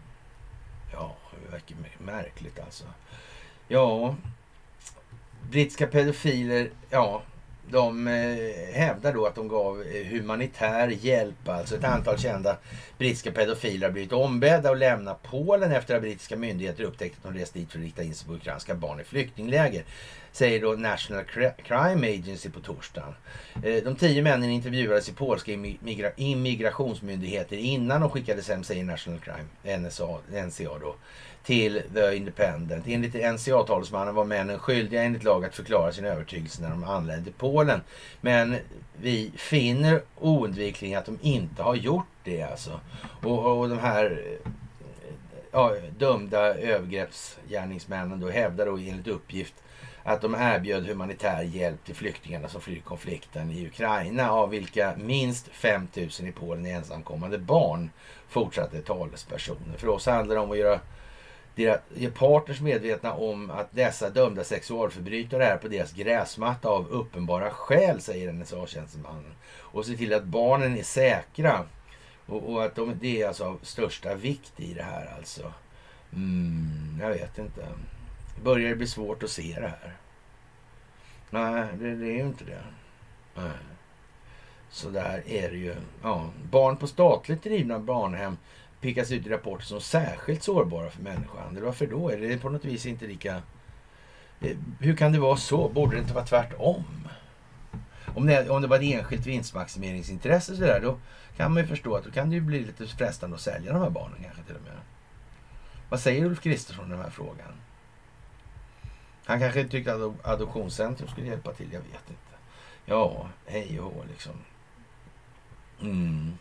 Speaker 1: Ja, det verkar märkligt alltså. Ja, brittiska pedofiler, ja, de eh, hävdar då att de gav eh, humanitär hjälp. Alltså ett antal kända brittiska pedofiler har blivit ombedda att lämna Polen efter att brittiska myndigheter upptäckt att de rest dit för att rikta in sig på ukrainska barn i flyktingläger. Säger då National Crime Agency på torsdagen. Eh, de tio männen intervjuades i polska immigra- immigrationsmyndigheter innan de skickades hem, säger National Crime, N S A, N C A då, till The Independent. Enligt N C A-talsmannen var männen skyldiga enligt lag att förklara sin övertygelse när de anlände till Polen. Men vi finner oundvikligen att de inte har gjort det alltså. Och, och de här ja, dömda övergreppsgärningsmännen då hävdar då enligt uppgift att de erbjöd humanitär hjälp till flyktingarna som flyr konflikten i Ukraina, av vilka minst fem tusen i Polen är ensamkommande barn, fortsatte talespersoner. För oss handlar det om att göra deras partners medvetna om att dessa dömda sexualförbrytare är på deras gräsmatta av uppenbara skäl, säger N S A-tjänstemannen. Och se till att barnen är säkra. Och, och att de, det är alltså av största vikt i det här alltså. Mm, jag vet inte. Det börjar bli svårt att se det här. Nej, det, det är ju inte det. Nej. Så där är det ju. Ja. Barn på statligt drivna barnhem pickas ut i rapporter som särskilt sårbara för människohandel. Varför då? Är det på något vis inte lika... Hur kan det vara så? Borde det inte vara tvärtom? Om det, om det var ett enskilt vinstmaximeringsintresse så där, då kan man ju förstå att då kan det ju bli lite frestande att sälja de här barnen kanske till och med. Vad säger Ulf Kristersson i den här frågan? Han kanske tyckte att adoptionscentrum skulle hjälpa till, jag vet inte. Ja, hej och hå liksom. Mm.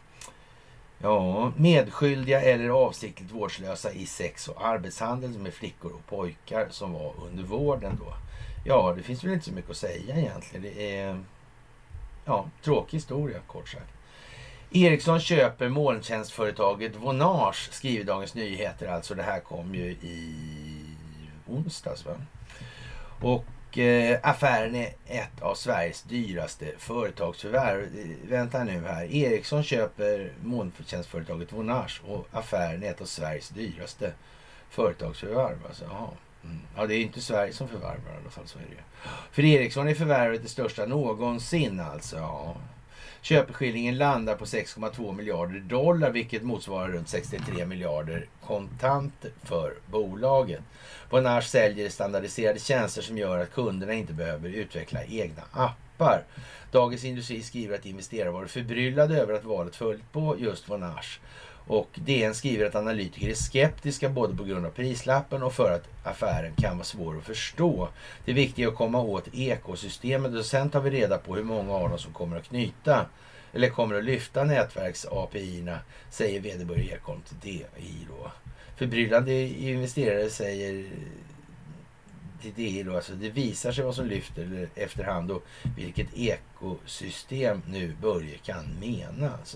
Speaker 1: Ja, medskyldiga eller avsiktligt vårdslösa i sex- och arbetshandel med flickor och pojkar som var under vården då. Ja, det finns väl inte så mycket att säga egentligen. Det är ja, tråkig historia kort sagt. Ericsson köper molntjänstföretaget Vonage, skriver Dagens Nyheter. Alltså det här kom ju i onsdags va? Och eh, affären är ett av Sveriges dyraste företagsförvärv. Vänta nu här. Ericsson köper molntjänstföretaget Vonage och affären är ett av Sveriges dyraste företagsförvärv. Alltså, jaha. Mm. Ja, det är inte Sverige som förvärvar i alla fall, så är det ju. För Ericsson är förvärvet det största någonsin alltså. Ja. Köpeskillingen landar på sex komma två miljarder dollar, vilket motsvarar runt sextiotre miljarder kontant för bolaget. Vonage säljer standardiserade tjänster som gör att kunderna inte behöver utveckla egna appar. Dagens Industri skriver att investerare var förbryllade över att valet följt på just Vonage. Och D N skriver att analytiker är skeptiska både på grund av prislappen och för att affären kan vara svår att förstå. Det är viktigt att komma åt ekosystemet och sen tar vi reda på hur många av dem som kommer att knyta eller kommer att lyfta nätverks-A P I-erna, säger vd Börje Ekholm till D I då. Förbryllande investerare säger till D I då, alltså det visar sig vad som lyfter efterhand och vilket ekosystem nu Börje kan mena alltså.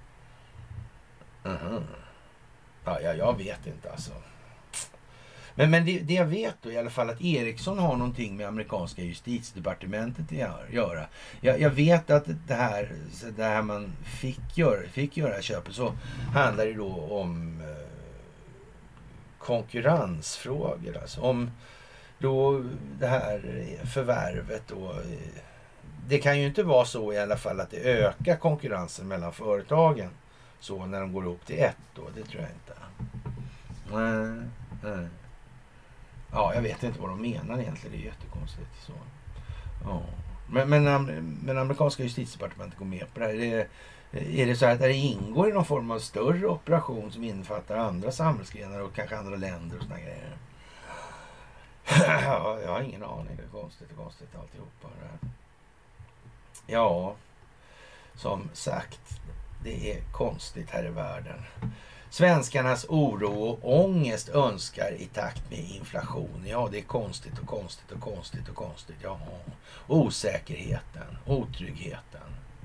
Speaker 1: Mm-hmm. Ja, ja, jag vet inte alltså. Men, men det, det jag vet då i alla fall att Ericsson har någonting med amerikanska justitiedepartementet att göra. Jag, jag vet att det här, det här man fick göra, fick göra köpet, så handlar det då om eh, konkurrensfrågor. Alltså om då det här förvärvet då. Det kan ju inte vara så i alla fall att det ökar konkurrensen mellan företagen. Så när de går upp till ett då, det tror jag inte. Nej, nej. Ja, jag vet inte vad de menar egentligen, det är jättekonstigt. Så. Ja. Men, men, men amerikanska justitiedepartementet går med på det här. Är det, är det så här att det ingår i någon form av större operation som innefattar andra samhällsgrenar och kanske andra länder och såna grejer? Ja, jag har ingen aning, det är konstigt och konstigt alltihopa. Det här. Ja, som sagt, det är konstigt här i världen. Svenskarnas oro och ångest önskar i takt med inflation. Ja, det är konstigt och konstigt och konstigt och konstigt. Ja, osäkerheten, otryggheten.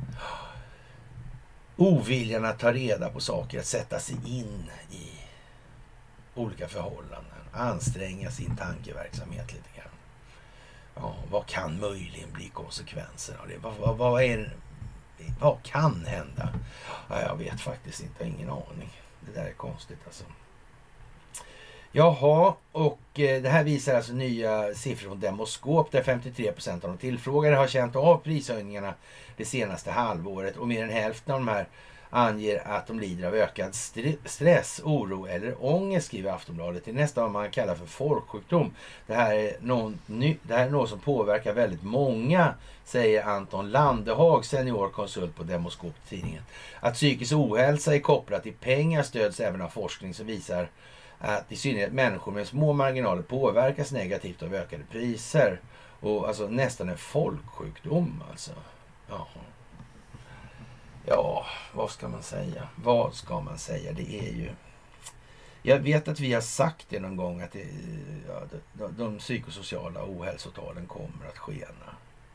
Speaker 1: Oviljan att ta reda på saker, att sätta sig in i olika förhållanden. Anstränga sin tankeverksamhet lite grann. Ja, vad kan möjligen bli konsekvenser av det? Vad, vad, vad är det? Vad kan hända? Ja, jag vet faktiskt inte, ingen aning. Det där är konstigt alltså. Jaha, och eh, det här visar alltså nya siffror från Demoskop där femtiotre procent av de tillfrågade har känt av prishöjningarna det senaste halvåret och mer än hälften av de här anger att de lider av ökad st- stress, oro eller ångest, skriver Aftonbladet. Det är nästan vad man kallar för folksjukdom. Det här är någon ny- det här är något som påverkar väldigt många, säger Anton Landehag, seniorkonsult på Demoskop-tidningen. Att psykisk ohälsa är kopplat till pengar stöds även av forskning som visar att i synnerhet människor med små marginaler påverkas negativt av ökade priser. Och alltså nästan en folksjukdom alltså. Ja. Ja, vad ska man säga? Vad ska man säga? Det är ju... Jag vet att vi har sagt det någon gång att det, ja, de, de psykosociala ohälsotalen kommer att skena.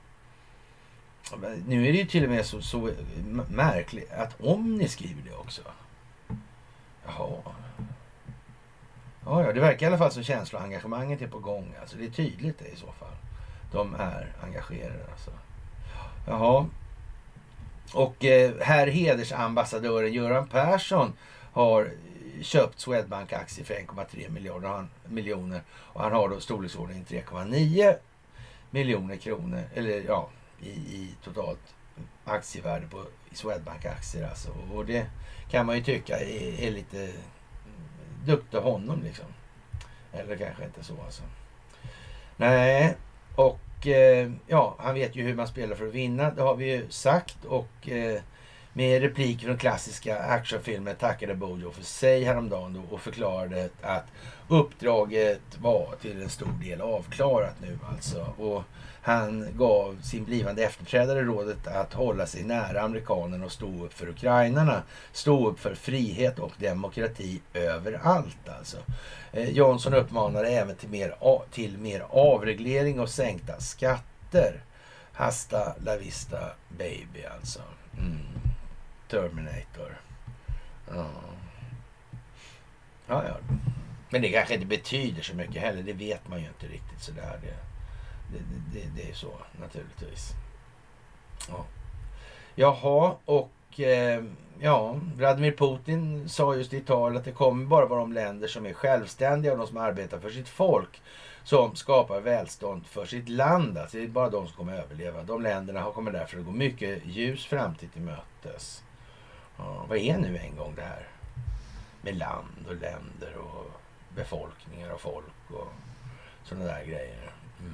Speaker 1: Nu är det ju till och med så, så märkligt att om ni skriver det också. Jaha. Ja, ja, det verkar i alla fall som känsloengagemanget är på gång. Alltså det är tydligt det i så fall. De är engagerade alltså. Jaha. Och eh, här hedersambassadören Göran Persson har köpt Swedbank-aktier för en komma tre miljarder miljoner och han har då storleksordningen tre komma nio miljoner kronor. Eller ja, i, i totalt aktievärde på Swedbank-aktier alltså. Och det kan man ju tycka är, är lite duktigt av honom liksom. Eller kanske inte så alltså. Nej, och eh, ja, han vet ju hur man spelar för att vinna. Det har vi ju sagt. Och eh, med repliker från klassiska actionfilmer tackade Bojo för sig häromdagen då och förklarade att uppdraget var till en stor del avklarat nu alltså. Och han gav sin blivande efterträdare rådet att hålla sig nära amerikanerna och stå upp för ukrainarna. Stå upp för frihet och demokrati överallt alltså. Eh, Johnson uppmanade även till mer, till mer avreglering och sänkta skatter. Hasta la vista baby alltså. Mm. Terminator. Ja. Ja, ja. Men det kanske inte betyder så mycket heller. Det vet man ju inte riktigt sådär. Det, det, det, det är så naturligtvis. Ja. Jaha, och eh, ja, Vladimir Putin sa just i tal att det kommer bara vara de länder som är självständiga och de som arbetar för sitt folk som skapar välstånd för sitt land. Alltså det är bara de som kommer att överleva. De länderna kommer därför att gå mycket ljus framtid till mötes. Ja, vad är nu en gång det här? Med land och länder och befolkningar och folk och sådana där grejer. Mm.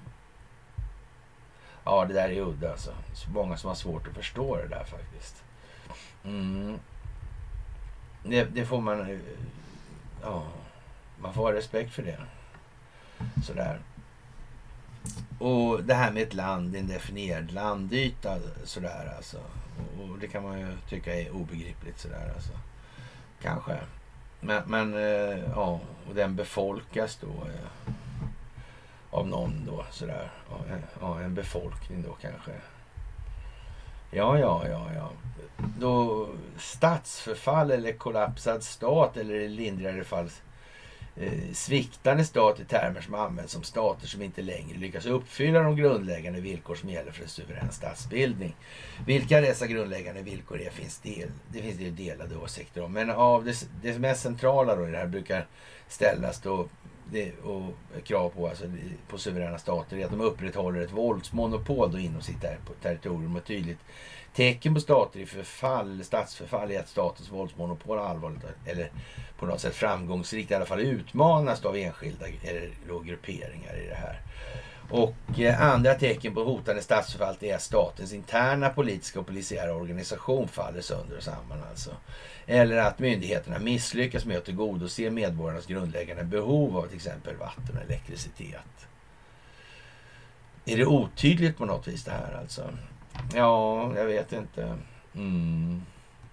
Speaker 1: Ja, det där är udda alltså. Så många som har svårt att förstå det där faktiskt. Mm. Det, det får man... Ja, man får ha respekt för det. Sådär. Och det här med ett land, en definierad landyta sådär alltså. Och det kan man ju tycka är obegripligt sådär alltså. Kanske. Men, men ja, och den befolkas då eh, av någon då sådär. Ja, en befolkning då kanske. Ja, ja, ja, ja. Då statsförfall eller kollapsad stat eller i lindrigare fall eh, sviktande stat i termer som används som stater som inte längre lyckas uppfylla de grundläggande villkor som gäller för en suverän statsbildning. Vilka dessa grundläggande villkor är finns del, det finns det delade åsikter om. Men av det, det mest centrala då i det här brukar ställas då det, och krav på, alltså, på suveräna stater är att de upprätthåller ett våldsmonopol då inom sitt ter- territorium och tydligt tecken på stater i förfall eller statsförfall är att statens våldsmonopol allvarligt eller på något sätt framgångsrikt i alla fall utmanas av enskilda eller grupperingar i det här. Och eh, andra tecken på hotande statsförfall är att statens interna politiska och polisiära organisation faller sönder och samman alltså. Eller att myndigheterna misslyckas med att tillgodose medborgarnas grundläggande behov av till exempel vatten och elektricitet. Är det otydligt på något vis det här alltså? Ja, jag vet inte. Mm.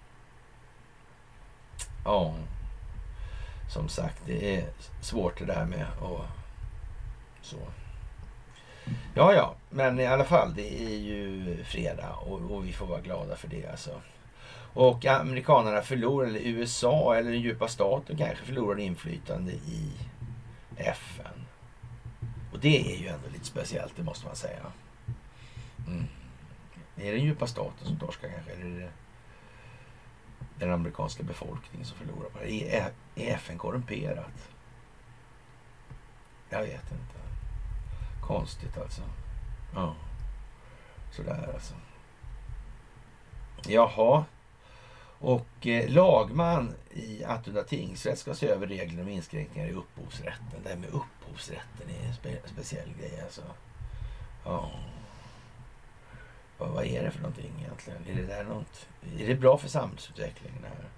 Speaker 1: Ja. Som sagt, det är svårt det där med och så. Ja, ja. Men i alla fall, det är ju fredag och, och vi får vara glada för det alltså. Och amerikanerna förlorar, eller U S A eller den djupa staten kanske förlorar inflytande i F N. Och det är ju ändå lite speciellt, det måste man säga. Mm. Är det den djupa staten som torskar kanske? Eller är det den amerikanska befolkningen som förlorar på det? Är, är F N korrumperat? Jag vet inte. Konstigt alltså. Ja. Sådär alltså. Jaha. Och eh, lagman i Attunda tingsrätt ska se över reglerna om inskränkningar i upphovsrätten. Det här med upphovsrätten är en spe- speciell grej alltså. Ja. Vad, vad är det för någonting egentligen? Är det där något? Är det bra för samhällsutvecklingen här?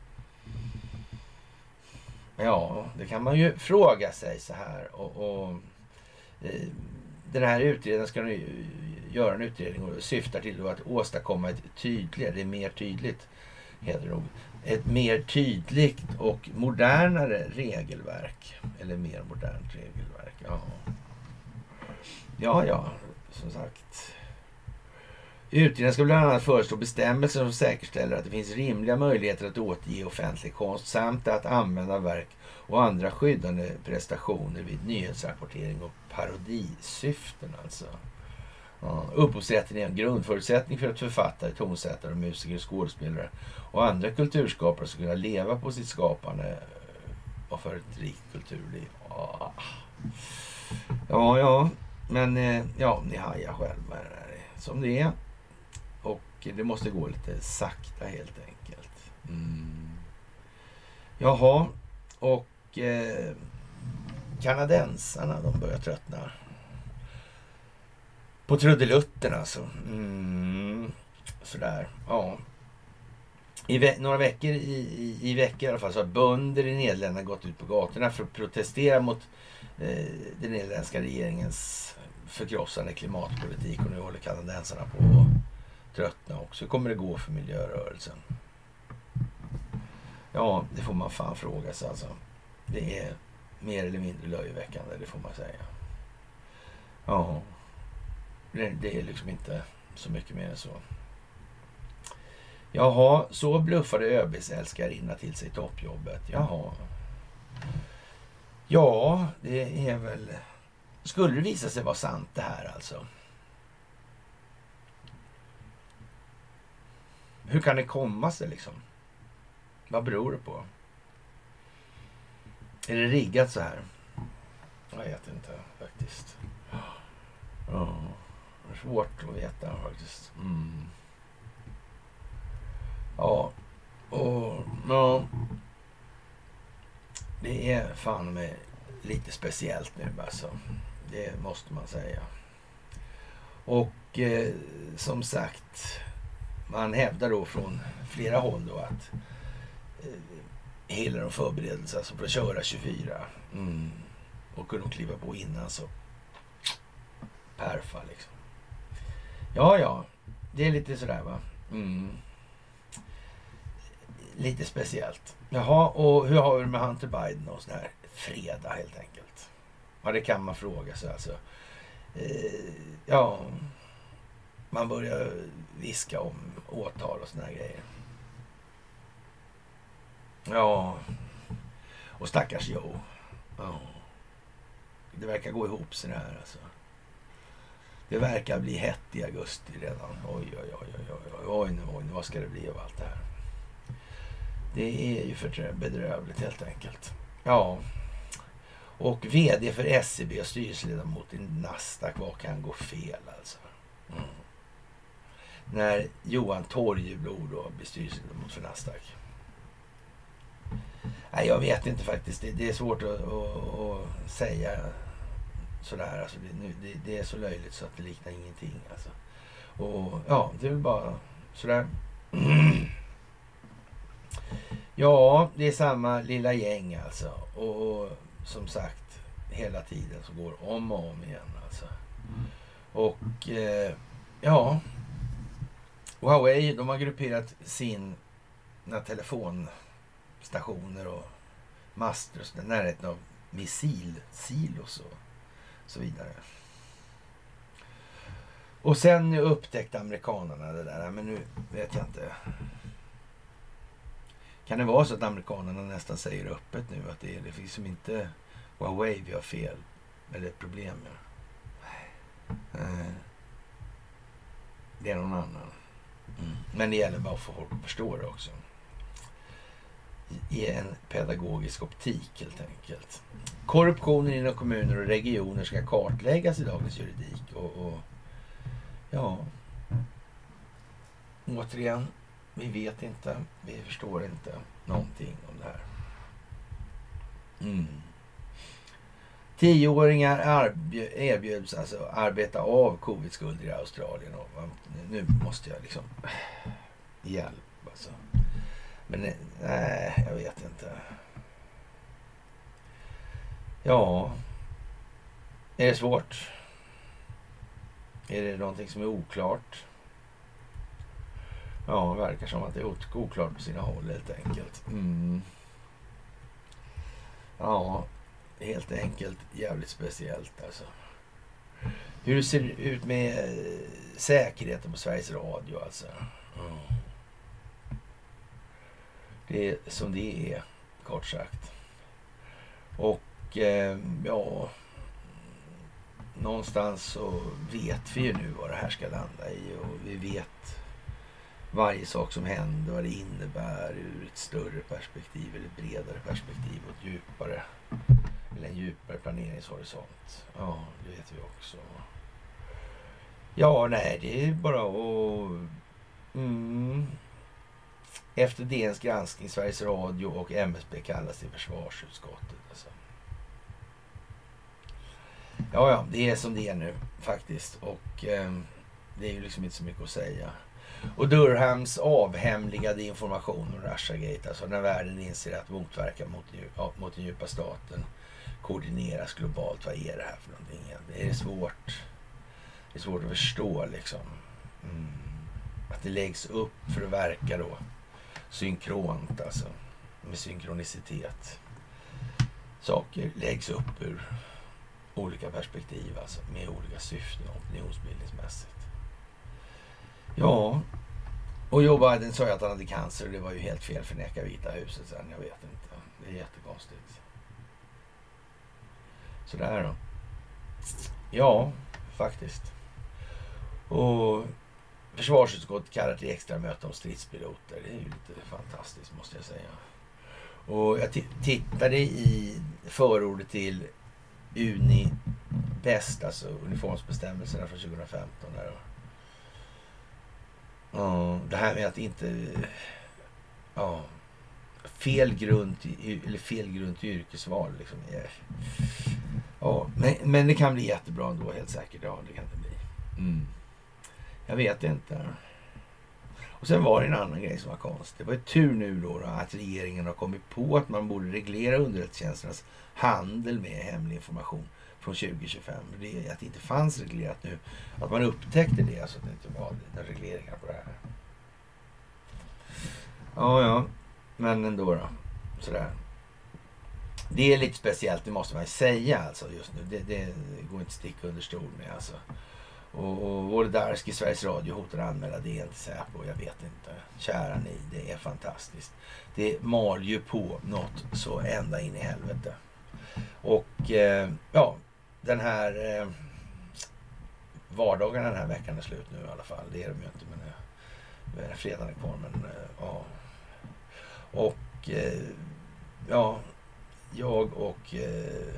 Speaker 1: Ja, det kan man ju fråga sig så här. Och, och eh, den här utredningen ska nu göra en utredning och syftar till att åstadkomma ett tydligare, det är mer tydligt, heter det nog, ett mer tydligt och modernare regelverk. Eller mer modernt regelverk, ja. Ja, ja, som sagt. Utredningen ska bland annat föreslå bestämmelser som säkerställer att det finns rimliga möjligheter att återge offentlig konst samt att använda verk och andra skyddande prestationer vid nyhetsrapportering och parodisyften alltså. Ja, upphovsrätten är en grundförutsättning för att författare, tonsättare, musiker, skådespelare och andra kulturskapare ska kunna leva på sitt skapande och för ett rikt kulturliv. Ja, ja. ja. Men eh, ja, ni hajar själva som det är. Och det måste gå lite sakta helt enkelt. Mm. Jaha, och eh, kanadensarna, de börjar tröttna på trudelutten alltså. Mm. Sådär, ja. I ve- några veckor i, i, i veckor i alla fall så har bönder i Nederländerna gått ut på gatorna för att protestera mot eh, den nederländska regeringens förkrossande klimatpolitik, och nu håller kanadensarna på att tröttna också. Hur kommer det gå för miljörörelsen? Ja, det får man fan fråga sig alltså. Det är mer eller mindre löjeväckande, det får man säga. Ja, det, det är liksom inte så mycket mer än så. Jaha, så bluffade ÖBs älskarinna till sig toppjobbet. Jaha. Ja, det är väl... Skulle det visa sig vara sant det här alltså? Hur kan det komma sig liksom? Vad beror det på? Är det riggat så här? Jag vet inte faktiskt. Ja, det är svårt att veta faktiskt. Mm. Ja, och ja, det är fan med lite speciellt nu alltså. Det måste man säga. Och eh, som sagt, man hävdar då från flera håll då att eh, hela de förberedelser alltså för att köra tjugofyra mm, och kunna kliva på innan så perfa liksom. Ja, ja, det är lite sådär va. Mm. Lite speciellt. Jaha, och hur har vi det med Hunter Biden och sån här fredag helt enkelt? Ja, det kan man fråga sig alltså. Eh, ja, man börjar viska om åtal och såna här grejer. Ja, och stackars Joe. Ja, det verkar gå ihop så här alltså. Det verkar bli hett i augusti redan. Oj, oj, oj, oj, oj, oj, nu, oj, nu, vad ska det bli av allt det här? Det är ju för bedrövligt helt enkelt. Ja. Och vd för S E B och styrelseledamot i Nasdaq, vad kan gå fel alltså? Mm. När Johan Torgeblo då blir styrelseledamot för Nasdaq. Nej, jag vet inte faktiskt. Det, det är svårt att, att, att säga sådär. Alltså det, nu, det, det är så löjligt så att det liknar ingenting alltså. Och ja, det är väl bara sådär. Ja, det är samma lilla gäng alltså. Och som sagt, hela tiden så går om och om igen alltså. Och eh, ja, Huawei, de har grupperat sina telefonstationer och master och sådär, närheten av missilsilos och så vidare. Och sen upptäckte amerikanerna det där, men nu vet jag inte. Kan det vara så att amerikanerna nästan säger öppet nu att det, är, det finns som inte Huawei vi har fel eller problem med? Nej. Det är någon annan. Mm. Men det gäller bara att få folk att förstå det också. I en pedagogisk optik helt enkelt. Korruptionen inom kommuner och regioner ska kartläggas i dagens juridik. Och, och ja, återigen, vi vet inte, vi förstår inte någonting om det här. Mm. Tioåringar erbjuds alltså arbeta av covid-skulder i Australien. Och nu måste jag liksom hjälp alltså. Men nej, jag vet inte. Ja, är det svårt? Är det någonting som är oklart? Ja, det verkar som att det är oklart på sina håll helt enkelt. Mm. Ja, helt enkelt jävligt speciellt alltså. Hur det ser ut med säkerheten på Sveriges Radio alltså. Mm. Det är som det är, kort sagt. Och eh, ja, någonstans så vet vi ju nu vad det här ska landa i. Och vi vet varje sak som händer, vad det innebär ur ett större perspektiv eller ett bredare perspektiv och ett djupare Eller en djupare planeringshorisont. Ja, det vet vi också. Ja, nej, det är bara att... Mm. Efter D N:s granskning, Sveriges Radio och M S B kallas till försvarsutskottet. Alltså. Ja, ja, det är som det är nu faktiskt. Och eh, det är ju liksom inte så mycket att säga. Och Durhams avhemligade information om Russiagate, alltså när världen inser att motverka mot, mot den djupa staten koordineras globalt. Vad är det här för någonting? Det är svårt, det är svårt att förstå liksom. Mm. Att det läggs upp för att verka då synkront, alltså med synkronicitet. Saker läggs upp ur olika perspektiv, alltså med olika syften opinionsbildningsmässigt. Ja, och Joe Biden sa ju att han hade cancer och det var ju helt fel, förneka Vita huset sen, jag vet inte. Det är jättekonstigt. Sådär då. Ja, faktiskt. Och försvarsutskottet kallar till extra möte om stridspiloter. Det är ju lite fantastiskt, måste jag säga. Och jag t- tittade i förordet till Unibest, alltså uniformsbestämmelserna från tjugohundrafemton där då. Ja, det här med att inte ja, fel grund till, eller fel grund till yrkesval liksom är, ja, men, men det kan bli jättebra ändå, helt säkert. Ja, det kan det bli. Mm. Jag vet inte. Och sen var det en annan grej som var konstigt. Det var ju tur nu då, då att regeringen har kommit på att man borde reglera underrättelsetjänsternas handel med hemlig information från tjugo tjugofem. Det är att det inte fanns reglerat nu. Att man upptäckte det, alltså att det inte var några regleringar på det här. Ja, ja. Men ändå då. Sådär. Det är lite speciellt, det måste man ju säga alltså just nu. Det, det går inte att sticka under stol med alltså. Och, och Wolodarski, Sveriges Radio, hotar att anmäla det inte Säpo, jag vet inte. Kära ni, det är fantastiskt. Det mal ju på något så ända in i helvete. Och eh, ja, den här eh, vardagen den här veckan är slut nu i alla fall. Det är de ju inte, men eh, fredagen är kvar, men eh, ja. Och eh, ja, jag och eh,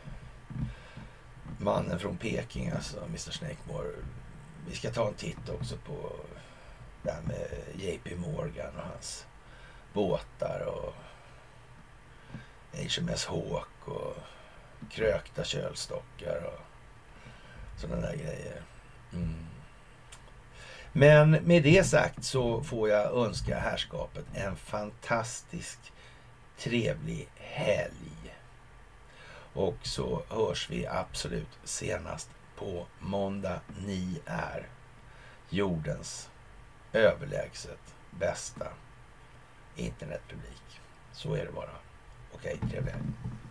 Speaker 1: mannen från Peking, alltså mister Snakemore, vi ska ta en titt också på det här med J P Morgan och hans båtar och H M S Hawk och krökta kölstockar och sådana där grejer. Mm. Men med det sagt så får jag önska herrskapet en fantastisk trevlig helg. Och så hörs vi absolut senast på måndag. Ni är jordens överlägset bästa internetpublik. Så är det bara. Okej, trevlig helg.